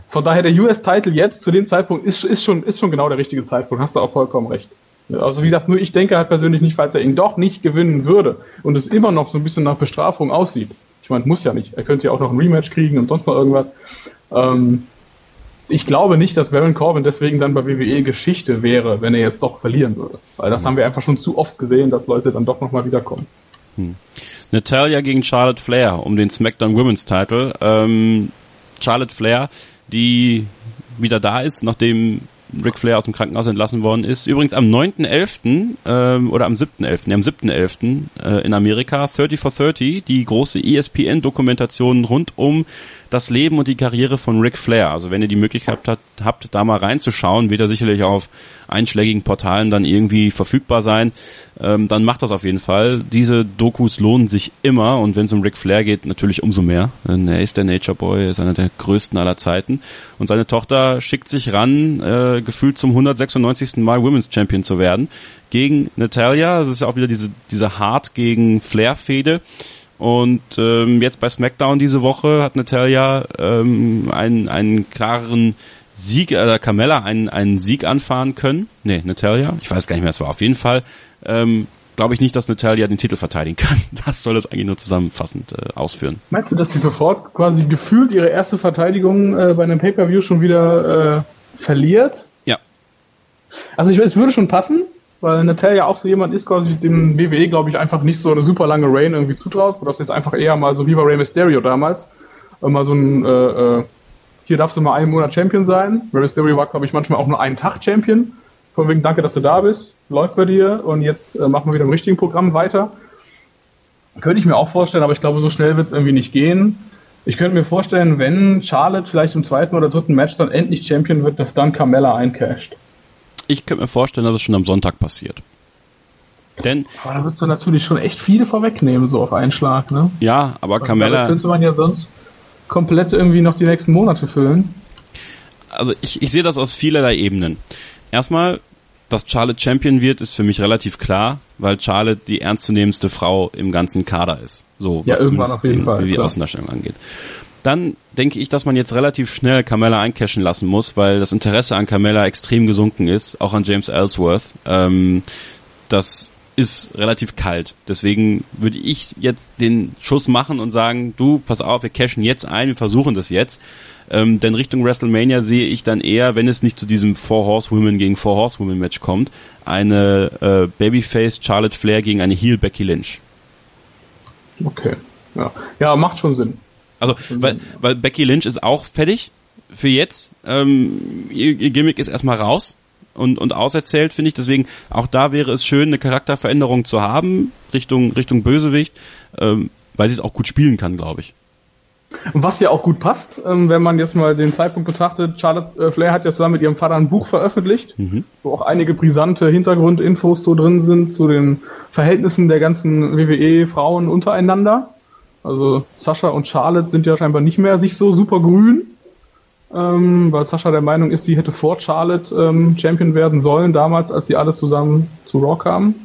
Von daher der U S-Title jetzt zu dem Zeitpunkt ist, ist, schon, ist schon genau der richtige Zeitpunkt. Hast du auch vollkommen recht. Also wie gesagt, nur ich denke halt persönlich nicht, falls er ihn doch nicht gewinnen würde und es immer noch so ein bisschen nach Bestrafung aussieht. Ich meine, muss ja nicht. Er könnte ja auch noch ein Rematch kriegen und sonst noch irgendwas. Ähm, ich glaube nicht, dass Baron Corbin deswegen dann bei W W E Geschichte wäre, wenn er jetzt doch verlieren würde. Weil das haben wir einfach schon zu oft gesehen, dass Leute dann doch nochmal wiederkommen. Hm. Natalya gegen Charlotte Flair um den SmackDown Women's Title. Ähm, Charlotte Flair, die wieder da ist, nachdem Ric Flair aus dem Krankenhaus entlassen worden ist. Übrigens am neunten elften Ähm, oder am siebten elften Ja, am siebten elften Äh, in Amerika, thirty for thirty, die große E S P N-Dokumentation rund um das Leben und die Karriere von Ric Flair. Also wenn ihr die Möglichkeit habt, habt da mal reinzuschauen, wird er sicherlich auf einschlägigen Portalen dann irgendwie verfügbar sein, ähm, dann macht das auf jeden Fall. Diese Dokus lohnen sich immer und wenn es um Ric Flair geht, natürlich umso mehr. Denn er ist der Nature Boy, er ist einer der größten aller Zeiten und seine Tochter schickt sich ran, äh, gefühlt zum hundertsechsundneunzigsten Mal Women's Champion zu werden, gegen Natalya. Das ist ja auch wieder diese, diese Hart gegen Flair-Fehde. Und ähm, jetzt bei SmackDown diese Woche hat Natalya ähm, einen, einen klareren Sieg, äh, Carmella einen, einen Sieg anfahren können. Nee, Natalya, ich weiß gar nicht mehr, es war auf jeden Fall. Ähm, glaube ich nicht, dass Natalya den Titel verteidigen kann. Das soll das eigentlich nur zusammenfassend äh, ausführen. Meinst du, dass sie sofort quasi gefühlt ihre erste Verteidigung äh, bei einem Pay-Per-View schon wieder äh, verliert? Ja. Also ich weiß, es würde schon passen, weil Natalya auch so jemand ist, quasi dem W W E, glaube ich, einfach nicht so eine super lange Reign irgendwie zutraut, wo das jetzt einfach eher mal so wie bei Rey Mysterio damals, äh, mal so ein, äh, äh, hier darfst du mal einen Monat Champion sein. Rey Mysterio war, glaube ich, manchmal auch nur einen Tag Champion. Von wegen, danke, dass du da bist, läuft bei dir und jetzt äh, machen wir wieder im richtigen Programm weiter. Könnte ich mir auch vorstellen, aber ich glaube, so schnell wird es irgendwie nicht gehen. Ich könnte mir vorstellen, wenn Charlotte vielleicht im zweiten oder dritten Match dann endlich Champion wird, dass dann Carmella eincasht. Ich könnte mir vorstellen, dass es schon am Sonntag passiert. Denn, aber da würdest du natürlich schon echt viele vorwegnehmen, so auf einen Schlag, ne? Ja, aber also Carmella... Da könnte man ja sonst komplett irgendwie noch die nächsten Monate füllen. Also ich, ich sehe das aus vielerlei Ebenen. Erstmal, dass Charlotte Champion wird, ist für mich relativ klar, weil Charlotte die ernstzunehmendste Frau im ganzen Kader ist. So, ja, was irgendwann auf jeden den, Fall, wie die Außendarstellung angeht. Dann denke ich, dass man jetzt relativ schnell Carmella eincashen lassen muss, weil das Interesse an Carmella extrem gesunken ist, auch an James Ellsworth. Ähm, das ist relativ kalt. Deswegen würde ich jetzt den Schuss machen und sagen, du, pass auf, wir cashen jetzt ein, wir versuchen das jetzt. Ähm, denn Richtung WrestleMania sehe ich dann eher, wenn es nicht zu diesem Four Horsewomen gegen Four Horsewomen Match kommt, eine äh, Babyface Charlotte Flair gegen eine Heel Becky Lynch. Okay, ja, ja, macht schon Sinn. Also, weil, weil Becky Lynch ist auch fertig für jetzt. Ähm, ihr, ihr Gimmick ist erstmal raus und, und auserzählt, finde ich. Deswegen, auch da wäre es schön, eine Charakterveränderung zu haben, Richtung, Richtung Bösewicht, ähm, weil sie es auch gut spielen kann, glaube ich. Und was ja auch gut passt, ähm, wenn man jetzt mal den Zeitpunkt betrachtet, Charlotte äh, Flair hat ja zusammen mit ihrem Vater ein Buch veröffentlicht, mhm. wo auch einige brisante Hintergrundinfos so drin sind zu den Verhältnissen der ganzen W W E-Frauen untereinander. Also Sascha und Charlotte sind ja scheinbar nicht mehr sich so super grün, ähm, weil Sascha der Meinung ist, sie hätte vor Charlotte ähm, Champion werden sollen, damals, als sie alle zusammen zu Raw kamen.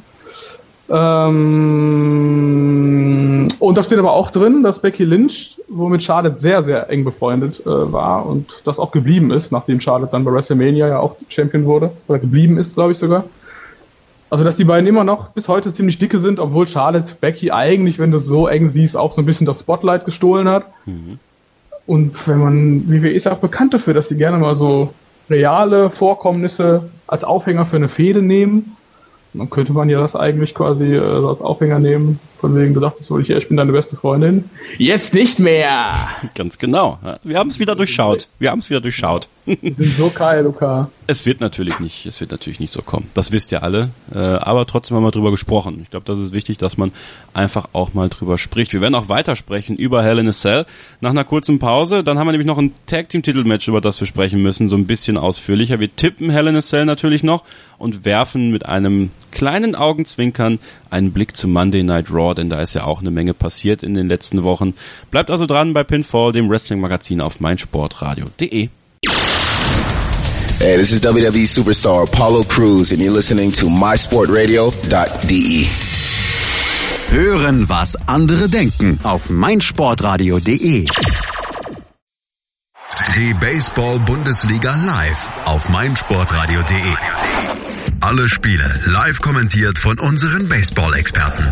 Ähm, und da steht aber auch drin, dass Becky Lynch, womit Charlotte sehr, sehr eng befreundet äh, war und das auch geblieben ist, nachdem Charlotte dann bei WrestleMania ja auch Champion wurde, oder geblieben ist, glaube ich sogar. Also, dass die beiden immer noch bis heute ziemlich dicke sind, obwohl Charlotte Becky eigentlich, wenn du es so eng siehst, auch so ein bisschen das Spotlight gestohlen hat. Mhm. Und wenn man, W W E ist ja auch bekannt dafür, dass sie gerne mal so reale Vorkommnisse als Aufhänger für eine Fehde nehmen. Und dann könnte man ja das eigentlich quasi äh, als Aufhänger nehmen. Von wegen, du dachtest wohl, ich, ich bin deine beste Freundin. Jetzt nicht mehr! Ganz genau. Wir haben es wieder durchschaut. Wir haben es wieder durchschaut. Wir sind so geil, Luca. Es wird natürlich nicht, es wird natürlich nicht so kommen. Das wisst ihr alle. Äh, aber trotzdem haben wir drüber gesprochen. Ich glaube, das ist wichtig, dass man einfach auch mal drüber spricht. Wir werden auch weitersprechen über Hell in a Cell nach einer kurzen Pause. Dann haben wir nämlich noch ein Tag-Team-Titelmatch, über das wir sprechen müssen, so ein bisschen ausführlicher. Wir tippen Hell in a Cell natürlich noch und werfen mit einem kleinen Augenzwinkern einen Blick zu Monday Night Raw, denn da ist ja auch eine Menge passiert in den letzten Wochen. Bleibt also dran bei Pinfall, dem Wrestling-Magazin auf meinsportradio punkt de. Hey, this is W W E superstar Apollo Crews and you're listening to my sport radio dot d e. Hören, was andere denken auf meinsportradio punkt de. Die Baseball-Bundesliga live auf meinsportradio punkt de. Alle Spiele live kommentiert von unseren Baseball-Experten.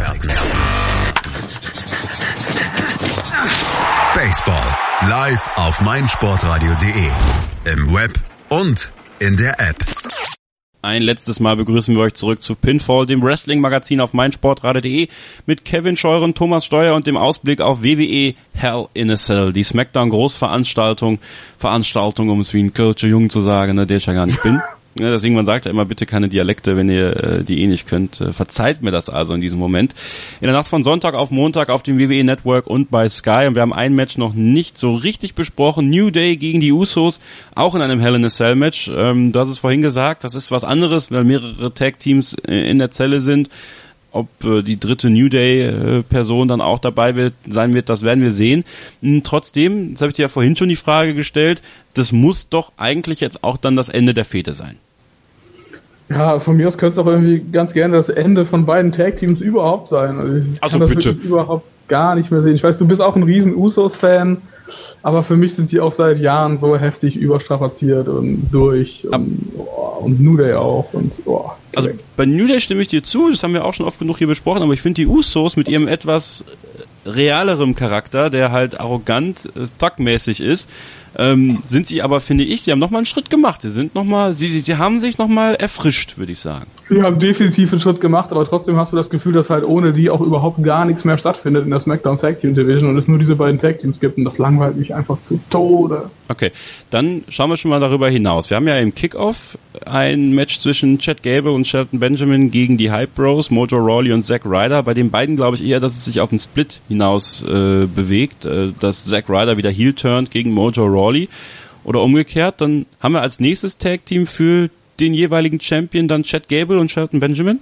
Baseball live auf meinsportradio punkt de. Im Web und in der App. Ein letztes Mal begrüßen wir euch zurück zu Pinfall, dem Wrestling-Magazin auf meinsportradio punkt de mit Kevin Scheuren, Thomas Steuer und dem Ausblick auf W W E Hell in a Cell, die Smackdown-Großveranstaltung, Veranstaltung, um es wie ein Kölscher Jung zu sagen, ne, der ich ja gar nicht bin. Ja, deswegen, man sagt ja immer, bitte keine Dialekte, wenn ihr äh, die eh nicht könnt. Äh, verzeiht mir das also in diesem Moment. In der Nacht von Sonntag auf Montag auf dem W W E Network und bei Sky. Und wir haben ein Match noch nicht so richtig besprochen. New Day gegen die Usos, auch in einem Hell in a Cell Match. Ähm, du hast es vorhin gesagt, das ist was anderes, weil mehrere Tag-Teams äh, in der Zelle sind. Ob äh, die dritte New Day-Person äh, dann auch dabei wird, sein wird, das werden wir sehen. Und trotzdem, das habe ich dir ja vorhin schon die Frage gestellt, das muss doch eigentlich jetzt auch dann das Ende der Fehde sein. Ja, von mir aus könnte es auch irgendwie ganz gerne das Ende von beiden Tag-Teams überhaupt sein. Also ich also kann das bitte. wirklich überhaupt gar nicht mehr sehen. Ich weiß, du bist auch ein riesen Usos-Fan, aber für mich sind die auch seit Jahren so heftig überstrapaziert und durch und, oh, und New Day auch. Und, oh, also bei New Day stimme ich dir zu, das haben wir auch schon oft genug hier besprochen, aber ich finde die Usos mit ihrem etwas realerem Charakter, der halt arrogant, äh, thug-mäßig ist, ähm, sind sie aber, finde ich, sie haben nochmal einen Schritt gemacht. Sie sind nochmal, sie, sie, sie haben sich nochmal erfrischt, würde ich sagen. Sie haben definitiv einen Schritt gemacht, aber trotzdem hast du das Gefühl, dass halt ohne die auch überhaupt gar nichts mehr stattfindet in der SmackDown Tag Team Division und es nur diese beiden Tag Teams gibt und das langweilt mich einfach zu Tode. Okay, dann schauen wir schon mal darüber hinaus. Wir haben ja im Kickoff ein Match zwischen Chad Gable und Shelton Benjamin gegen die Hype Bros, Mojo Rawley und Zack Ryder. Bei den beiden glaube ich eher, dass es sich auf einen Split hinaus äh, bewegt, äh, dass Zack Ryder wieder heel turnt gegen Mojo Rawley oder umgekehrt. Dann haben wir als nächstes Tag Team für den jeweiligen Champion dann Chad Gable und Shelton Benjamin.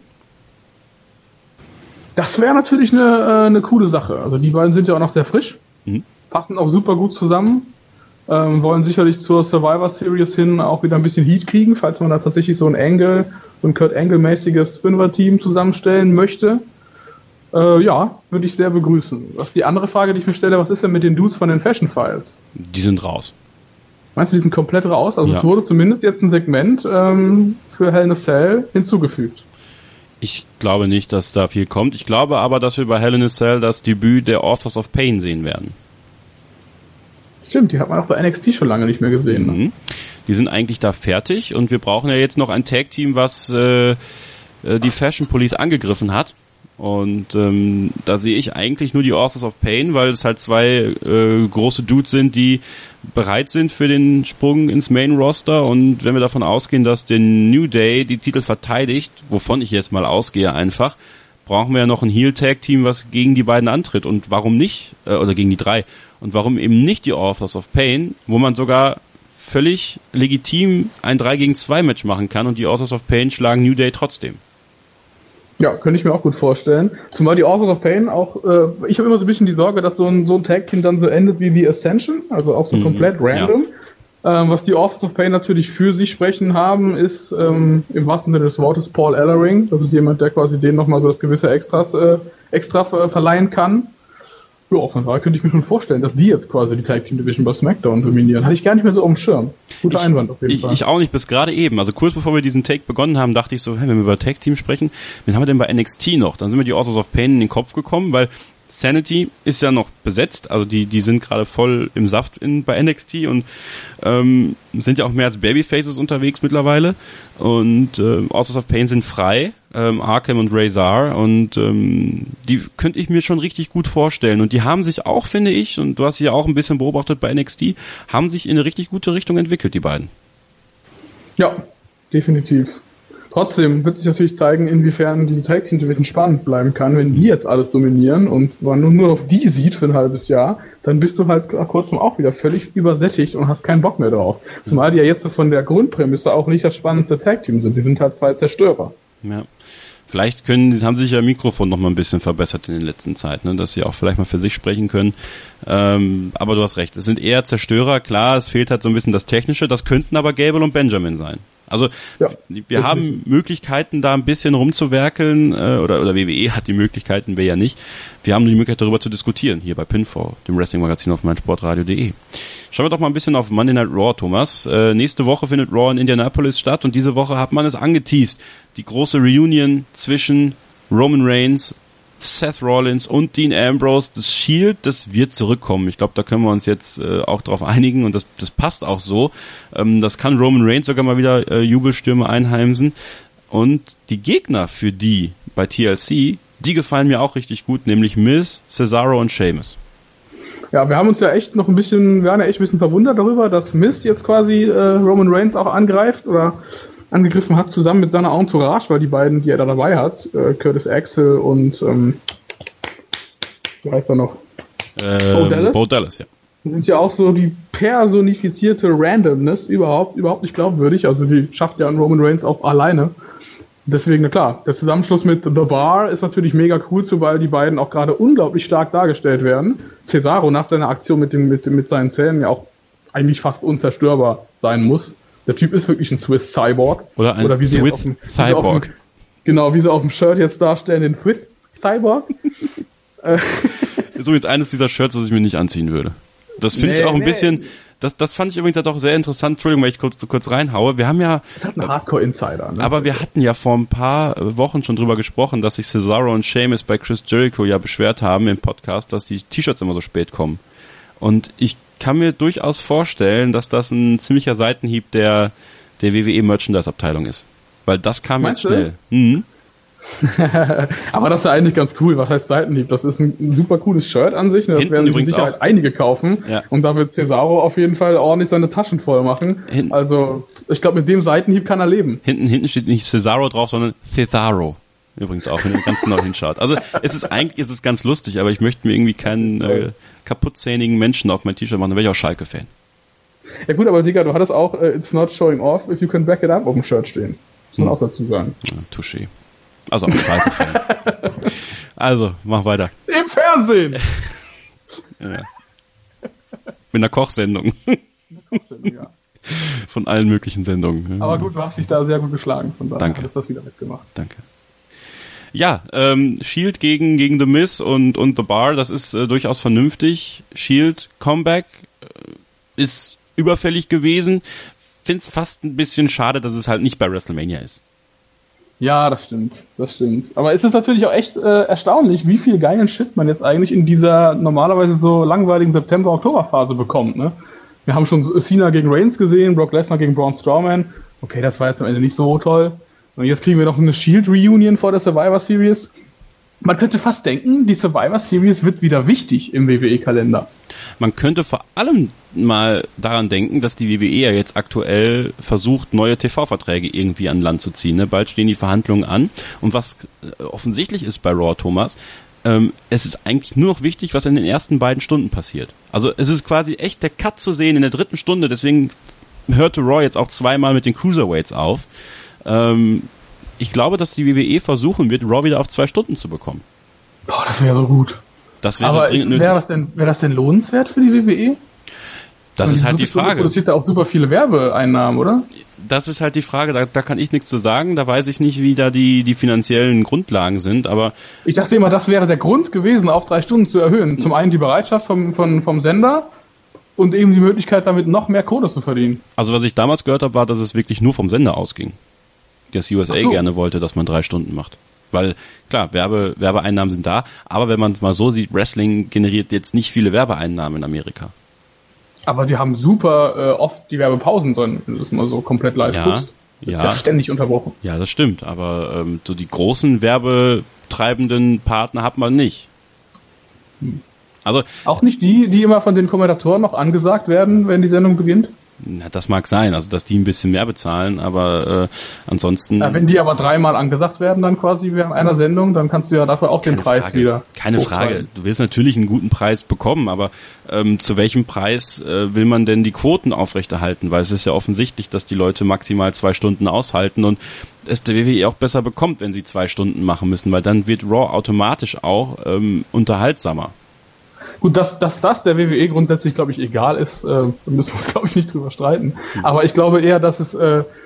Das wäre natürlich eine, äh, eine coole Sache. Also die beiden sind ja auch noch sehr frisch, mhm. passen auch super gut zusammen. Ähm, wollen sicherlich zur Survivor Series hin auch wieder ein bisschen Heat kriegen, falls man da tatsächlich so ein Angle, so ein Kurt Angle-mäßiges Fünfer-Team zusammenstellen möchte. Äh, ja, würde ich sehr begrüßen. Was die andere Frage, die ich mir stelle, was ist denn mit den Dudes von den Fashion Files? Die sind raus. Meinst du, die sind komplett raus? Also ja. Es wurde zumindest jetzt ein Segment ähm, für Hell in a Cell hinzugefügt. Ich glaube nicht, dass da viel kommt. Ich glaube aber, dass wir bei Hell in a Cell das Debüt der Authors of Pain sehen werden. Stimmt, die hat man auch bei N X T schon lange nicht mehr gesehen. Ne? Mhm. Die sind eigentlich da fertig und wir brauchen ja jetzt noch ein Tag-Team, was äh, die Fashion Police angegriffen hat. Und ähm, da sehe ich eigentlich nur die Authors of Pain, weil es halt zwei äh, große Dudes sind, die bereit sind für den Sprung ins Main-Roster. Und wenn wir davon ausgehen, dass der New Day die Titel verteidigt, wovon ich jetzt mal ausgehe einfach, brauchen wir ja noch ein Heel-Tag-Team, was gegen die beiden antritt. Und warum nicht, äh, oder gegen die drei, und warum eben nicht die Authors of Pain, wo man sogar völlig legitim ein drei gegen zwei Match machen kann und die Authors of Pain schlagen New Day trotzdem. Ja, könnte ich mir auch gut vorstellen. Zumal die Authors of Pain auch, äh, ich habe immer so ein bisschen die Sorge, dass so ein, so ein Tag-Team dann so endet wie die Ascension, also auch so mhm, komplett random. Ja. Ähm, was die Authors of Pain natürlich für sich sprechen haben, ist ähm, im wahrsten Sinne des Wortes Paul Ellering. Das ist jemand, der quasi denen nochmal so das gewisse Extras, äh, extra ver- verleihen kann. Ja, von daher könnte ich mir schon vorstellen, dass die jetzt quasi die Tag Team Division bei SmackDown dominieren. Hatte ich gar nicht mehr so auf dem Schirm. Guter ich, Einwand auf jeden ich, Fall. Ich auch nicht, bis gerade eben. Also kurz bevor wir diesen Take begonnen haben, dachte ich so, hey, wenn wir über Tag Team sprechen, wen haben wir denn bei N X T noch? Dann sind mir die Authors of Pain in den Kopf gekommen, weil Sanity ist ja noch besetzt, also die die sind gerade voll im Saft in, bei N X T und ähm, sind ja auch mehr als Babyfaces unterwegs mittlerweile und äh, Authors of Pain sind frei, ähm, Arkham und Razor und ähm, die könnte ich mir schon richtig gut vorstellen und die haben sich auch, finde ich, und du hast sie ja auch ein bisschen beobachtet bei N X T, haben sich in eine richtig gute Richtung entwickelt, die beiden. Ja, definitiv. Trotzdem wird sich natürlich zeigen, inwiefern die Tag Team Division spannend bleiben kann, wenn die jetzt alles dominieren und man nur auf die sieht für ein halbes Jahr, dann bist du halt kurzum auch wieder völlig übersättigt und hast keinen Bock mehr drauf. Zumal die ja jetzt von der Grundprämisse auch nicht das spannendste Tag Team sind. Die sind halt zwei Zerstörer. Ja. Vielleicht können, haben sich ja Mikrofon noch mal ein bisschen verbessert in den letzten Zeiten, ne, dass sie auch vielleicht mal für sich sprechen können. Ähm, aber du hast recht, es sind eher Zerstörer. Klar, es fehlt halt so ein bisschen das Technische. Das könnten aber Gable und Benjamin sein. Also ja, wir haben Möglichkeiten, da ein bisschen rumzuwerkeln, äh, oder, oder W W E hat die Möglichkeiten, wir ja nicht. Wir haben die Möglichkeit, darüber zu diskutieren, hier bei Pinfall, dem Wrestling-Magazin auf meinsportradio punkt de. Schauen wir doch mal ein bisschen auf Monday Night Raw, Thomas. Äh, nächste Woche findet Raw in Indianapolis statt und diese Woche hat man es angeteast. Die große Reunion zwischen Roman Reigns, Seth Rollins und Dean Ambrose. Das Shield, das wird zurückkommen. Ich glaube, da können wir uns jetzt äh, auch drauf einigen und das, das passt auch so. Ähm, das kann Roman Reigns sogar mal wieder äh, Jubelstürme einheimsen. Und die Gegner für die bei T L C, die gefallen mir auch richtig gut, nämlich Miz, Cesaro und Sheamus. Ja, wir haben uns ja echt noch ein bisschen, wir waren ja echt ein bisschen verwundert darüber, dass Miz jetzt quasi äh, Roman Reigns auch angreift oder angegriffen hat, zusammen mit seiner Entourage, weil die beiden, die er da dabei hat, äh, Curtis Axel und ähm, wie heißt er noch? Ähm, Bo Dallas? Bo Dallas, ja. Sind ja auch so die personifizierte Randomness überhaupt, überhaupt nicht glaubwürdig. Also die schafft ja Roman Reigns auch alleine. Deswegen, na klar, der Zusammenschluss mit The Bar ist natürlich mega cool, weil die beiden auch gerade unglaublich stark dargestellt werden. Cesaro nach seiner Aktion mit, dem, mit, mit seinen Zähnen ja auch eigentlich fast unzerstörbar sein muss. Der Typ ist wirklich ein Swiss Cyborg. Oder ein Oder wie Swiss dem, Cyborg. Dem, genau, wie sie auf dem Shirt jetzt darstellen, den Swiss Cyborg. Das ist übrigens eines dieser Shirts, was ich mir nicht anziehen würde. Das finde nee, ich auch ein nee. bisschen, das, das fand ich übrigens auch sehr interessant. Entschuldigung, weil ich kurz, so kurz reinhaue. Wir haben ja... Das hat einen Hardcore-Insider. Ne? Aber wir hatten ja vor ein paar Wochen schon drüber gesprochen, dass sich Cesaro und Sheamus bei Chris Jericho ja beschwert haben im Podcast, dass die T-Shirts immer so spät kommen. Und ich kann mir durchaus vorstellen, dass das ein ziemlicher Seitenhieb der, der W W E-Merchandise-Abteilung ist. Weil das kam jetzt schnell. Mhm. Aber das ist ja eigentlich ganz cool. Was heißt Seitenhieb? Das ist ein super cooles Shirt an sich. Ne? Das Hinten werden sich mit Sicherheit auch einige kaufen. Ja. Und da wird Cesaro auf jeden Fall ordentlich seine Taschen voll machen. Hinten. Also ich glaube, mit dem Seitenhieb kann er leben. Hinten, hinten steht nicht Cesaro drauf, sondern Cesaro. Übrigens auch, wenn ihr ganz genau hinschaut. Also es ist eigentlich ist es ganz lustig, aber ich möchte mir irgendwie keinen äh, kaputtzähnigen Menschen auf mein T-Shirt machen, dann wäre ich auch Schalke-Fan. Ja gut, aber Digga, du hattest auch uh, It's not showing off if you can back it up auf dem Shirt stehen. Muss man hm. auch dazu sagen. Ja, touché. Also auch Schalke-Fan. Also, mach weiter. Im Fernsehen! Ja. Mit einer Kochsendung. Eine Kochsendung, ja. Von allen möglichen Sendungen. Aber gut, du hast dich da sehr gut geschlagen, von daher Danke. hast du das wieder mitgemacht. Danke. Ja, ähm, Shield gegen, gegen The Miz und, und The Bar, das ist äh, durchaus vernünftig. Shield Comeback äh, ist überfällig gewesen. Find's fast ein bisschen schade, dass es halt nicht bei WrestleMania ist. Ja, das stimmt, das stimmt. Aber es ist natürlich auch echt äh, erstaunlich, wie viel geilen Shit man jetzt eigentlich in dieser normalerweise so langweiligen September-Oktober-Phase bekommt, ne? Wir haben schon Cena gegen Reigns gesehen, Brock Lesnar gegen Braun Strowman. Okay, das war jetzt am Ende nicht so toll. Und jetzt kriegen wir noch eine Shield-Reunion vor der Survivor Series. Man könnte fast denken, die Survivor Series wird wieder wichtig im W W E-Kalender. Man könnte vor allem mal daran denken, dass die W W E ja jetzt aktuell versucht, neue T V-Verträge irgendwie an Land zu ziehen. Ne? Bald stehen die Verhandlungen an. Und was offensichtlich ist bei Raw, Thomas, ähm, es ist eigentlich nur noch wichtig, was in den ersten beiden Stunden passiert. Also es ist quasi echt der Cut zu sehen in der dritten Stunde. Deswegen hörte Raw jetzt auch zweimal mit den Cruiserweights auf. Ähm, ich glaube, dass die W W E versuchen wird, Raw wieder auf zwei Stunden zu bekommen. Boah, das wäre so gut. Das wäre Aber wäre das denn, wäre das denn lohnenswert für die W W E? Das ist halt die Frage. Produziert da auch super viele Werbeeinnahmen, oder? Das ist halt die Frage, da, da kann ich nichts zu sagen, da weiß ich nicht, wie da die, die finanziellen Grundlagen sind, aber... Ich dachte immer, das wäre der Grund gewesen, auf drei Stunden zu erhöhen. Zum einen die Bereitschaft vom, vom, vom Sender und eben die Möglichkeit, damit noch mehr Kohle zu verdienen. Also was ich damals gehört habe, war, dass es wirklich nur vom Sender ausging. Dass U S A so. gerne wollte, dass man drei Stunden macht. Weil, klar, Werbe, Werbeeinnahmen sind da, aber wenn man es mal so sieht, Wrestling generiert jetzt nicht viele Werbeeinnahmen in Amerika. Aber die haben super äh, oft die Werbepausen drin, wenn du das mal so komplett live ja, guckst. Das ja. ist ja ständig unterbrochen. Ja, das stimmt, aber ähm, so die großen werbetreibenden Partner hat man nicht. Hm. Also auch nicht die, die immer von den Kommentatoren noch angesagt werden, wenn die Sendung beginnt? Na, das mag sein, also dass die ein bisschen mehr bezahlen, aber äh, ansonsten... Ja, wenn die aber dreimal angesagt werden dann quasi während einer Sendung, dann kannst du ja dafür auch den Preis Frage, wieder Keine Frage, du willst natürlich einen guten Preis bekommen, aber ähm, zu welchem Preis äh, will man denn die Quoten aufrechterhalten? Weil es ist ja offensichtlich, dass die Leute maximal zwei Stunden aushalten und es der W W E auch besser bekommt, wenn sie zwei Stunden machen müssen, weil dann wird Raw automatisch auch ähm, unterhaltsamer. Gut, dass, dass das der W W E grundsätzlich, glaube ich, egal ist, äh, müssen wir uns, glaube ich, nicht drüber streiten. Aber ich glaube eher, dass es äh,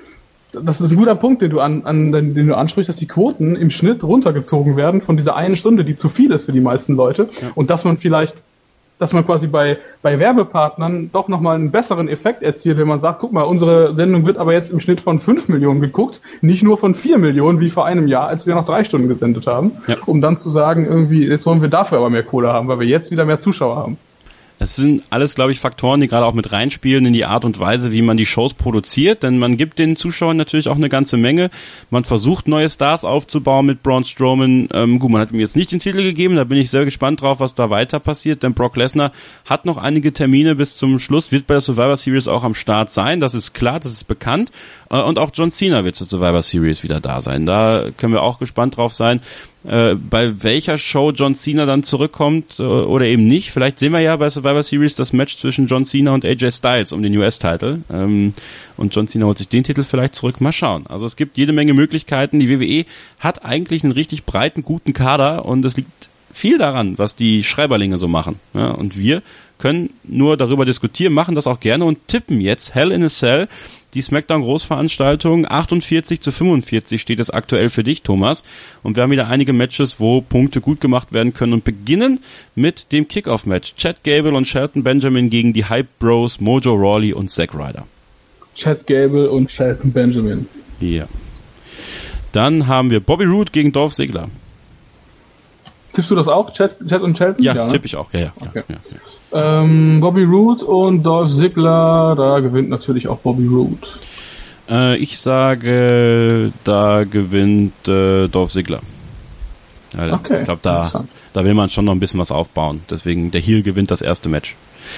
das ist ein guter Punkt, den du an, an den du ansprichst, dass die Quoten im Schnitt runtergezogen werden von dieser einen Stunde, die zu viel ist für die meisten Leute. Ja. Und dass man vielleicht, dass man quasi bei, bei Werbepartnern doch nochmal einen besseren Effekt erzielt, wenn man sagt, guck mal, unsere Sendung wird aber jetzt im Schnitt von fünf Millionen geguckt, nicht nur von vier Millionen wie vor einem Jahr, als wir noch drei Stunden gesendet haben, ja. um dann zu sagen, irgendwie, jetzt wollen wir dafür aber mehr Kohle haben, weil wir jetzt wieder mehr Zuschauer haben. Das sind alles, glaube ich, Faktoren, die gerade auch mit reinspielen in die Art und Weise, wie man die Shows produziert, denn man gibt den Zuschauern natürlich auch eine ganze Menge. Man versucht, neue Stars aufzubauen mit Braun Strowman. Ähm, gut, man hat ihm jetzt nicht den Titel gegeben, da bin ich sehr gespannt drauf, was da weiter passiert, denn Brock Lesnar hat noch einige Termine bis zum Schluss, wird bei der Survivor Series auch am Start sein, das ist klar, das ist bekannt. Äh, und auch John Cena wird zur Survivor Series wieder da sein. Da können wir auch gespannt drauf sein, Äh, bei welcher Show John Cena dann zurückkommt äh, oder eben nicht. Vielleicht sehen wir ja bei Survivor Series das Match zwischen John Cena und A J Styles um den U S-Titel. Ähm, und John Cena holt sich den Titel vielleicht zurück. Mal schauen. Also es gibt jede Menge Möglichkeiten. Die W W E hat eigentlich einen richtig breiten, guten Kader und es liegt viel daran, was die Schreiberlinge so machen. Ja, und wir können nur darüber diskutieren, machen das auch gerne und tippen jetzt Hell in a Cell. Die Smackdown-Großveranstaltung, achtundvierzig zu fünfundvierzig steht es aktuell für dich, Thomas. Und wir haben wieder einige Matches, wo Punkte gut gemacht werden können und beginnen mit dem Kickoff-Match. Chad Gable und Shelton Benjamin gegen die Hype Bros, Mojo Rawley und Zack Ryder. Chad Gable und Shelton Benjamin. Ja. Dann haben wir Bobby Roode gegen Dolph Ziggler. Tippst du das auch, Chad, Chad und Shelton? Ja, ja, ne? Tippe ich auch, ja, ja. Okay. ja, ja. Ähm, Bobby Roode und Dolph Ziggler, da gewinnt natürlich auch Bobby Roode. Äh, ich sage, da gewinnt äh, Dolph Ziggler. Ja, okay. Ich glaube, da, da will man schon noch ein bisschen was aufbauen. Deswegen, der Heel gewinnt das erste Match.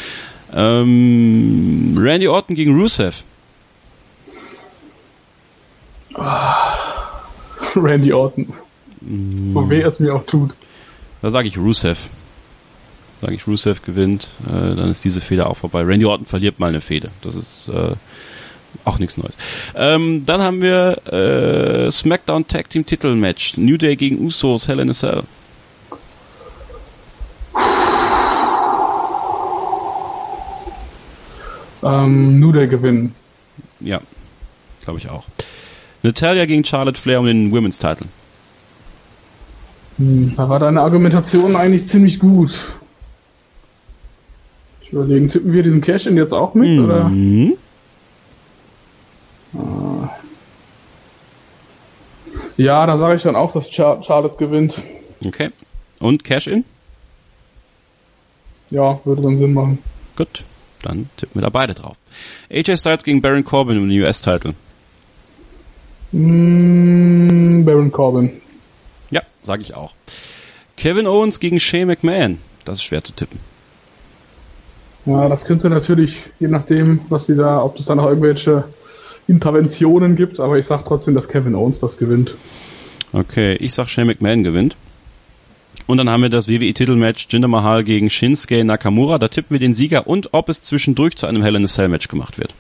Ähm, Randy Orton gegen Rusev. Ah, Randy Orton. Mm. So weh es mir auch tut. Da sage ich Rusev. Sage ich, Rusev gewinnt, äh, dann ist diese Fehde auch vorbei. Randy Orton verliert mal eine Fehde. Das ist äh, auch nichts Neues. Ähm, dann haben wir äh, SmackDown Tag Team Titel Match. New Day gegen Usos, Hell in a Cell. Ähm, New Day gewinnen. Ja, glaube ich auch. Natalya gegen Charlotte Flair um den Women's Title. Hm, da war deine Argumentation eigentlich ziemlich gut. Ich überlege, tippen wir diesen Cash-In jetzt auch mit, mhm. oder? Ah. Ja, da sage ich dann auch, dass Char- Charlotte gewinnt. Okay. Und Cash-In? Ja, würde dann Sinn machen. Gut, dann tippen wir da beide drauf. A J Styles gegen Baron Corbin um den U S-Title. Mm, Baron Corbin. Ja, sage ich auch. Kevin Owens gegen Shane McMahon. Das ist schwer zu tippen. Ja, das könnte natürlich, je nachdem, was die da, ob es da noch irgendwelche Interventionen gibt, aber ich sag trotzdem, dass Kevin Owens das gewinnt. Okay, ich sag Shane McMahon gewinnt. Und dann haben wir das W W E-Titelmatch Jinder Mahal gegen Shinsuke Nakamura. Da tippen wir den Sieger und ob es zwischendurch zu einem Hell in a Cell Match gemacht wird.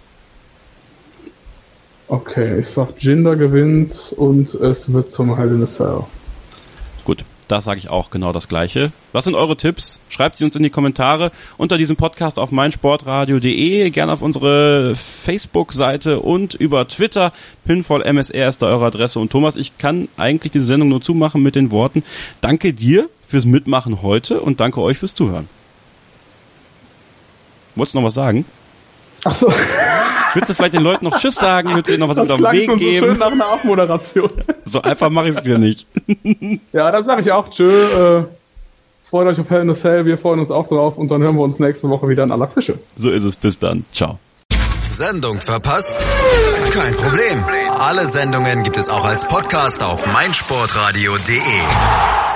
Okay, ich sag Jinder gewinnt und es wird zum Hell in a Cell. Gut, das sage ich auch genau das Gleiche. Was sind eure Tipps? Schreibt sie uns in die Kommentare unter diesem Podcast auf meinsportradio punkt de, gerne auf unsere Facebook-Seite und über Twitter. Pinfall M S R ist da eure Adresse. Und Thomas, ich kann eigentlich diese Sendung nur zumachen mit den Worten: Danke dir fürs Mitmachen heute und danke euch fürs Zuhören. Wolltest du noch was sagen? Ach so. Würdest du vielleicht den Leuten noch Tschüss sagen? Würdest du ihnen noch was das mit auf den Weg schon geben? So schön nach einer Abmoderation. So einfach mache ich es dir nicht. Ja, dann sage ich auch tschö. Äh, freut euch auf Hell in a Cell. Wir freuen uns auch drauf. Und dann hören wir uns nächste Woche wieder in aller Frische. So ist es. Bis dann. Ciao. Sendung verpasst? Kein Problem. Alle Sendungen gibt es auch als Podcast auf meinsportradio punkt de.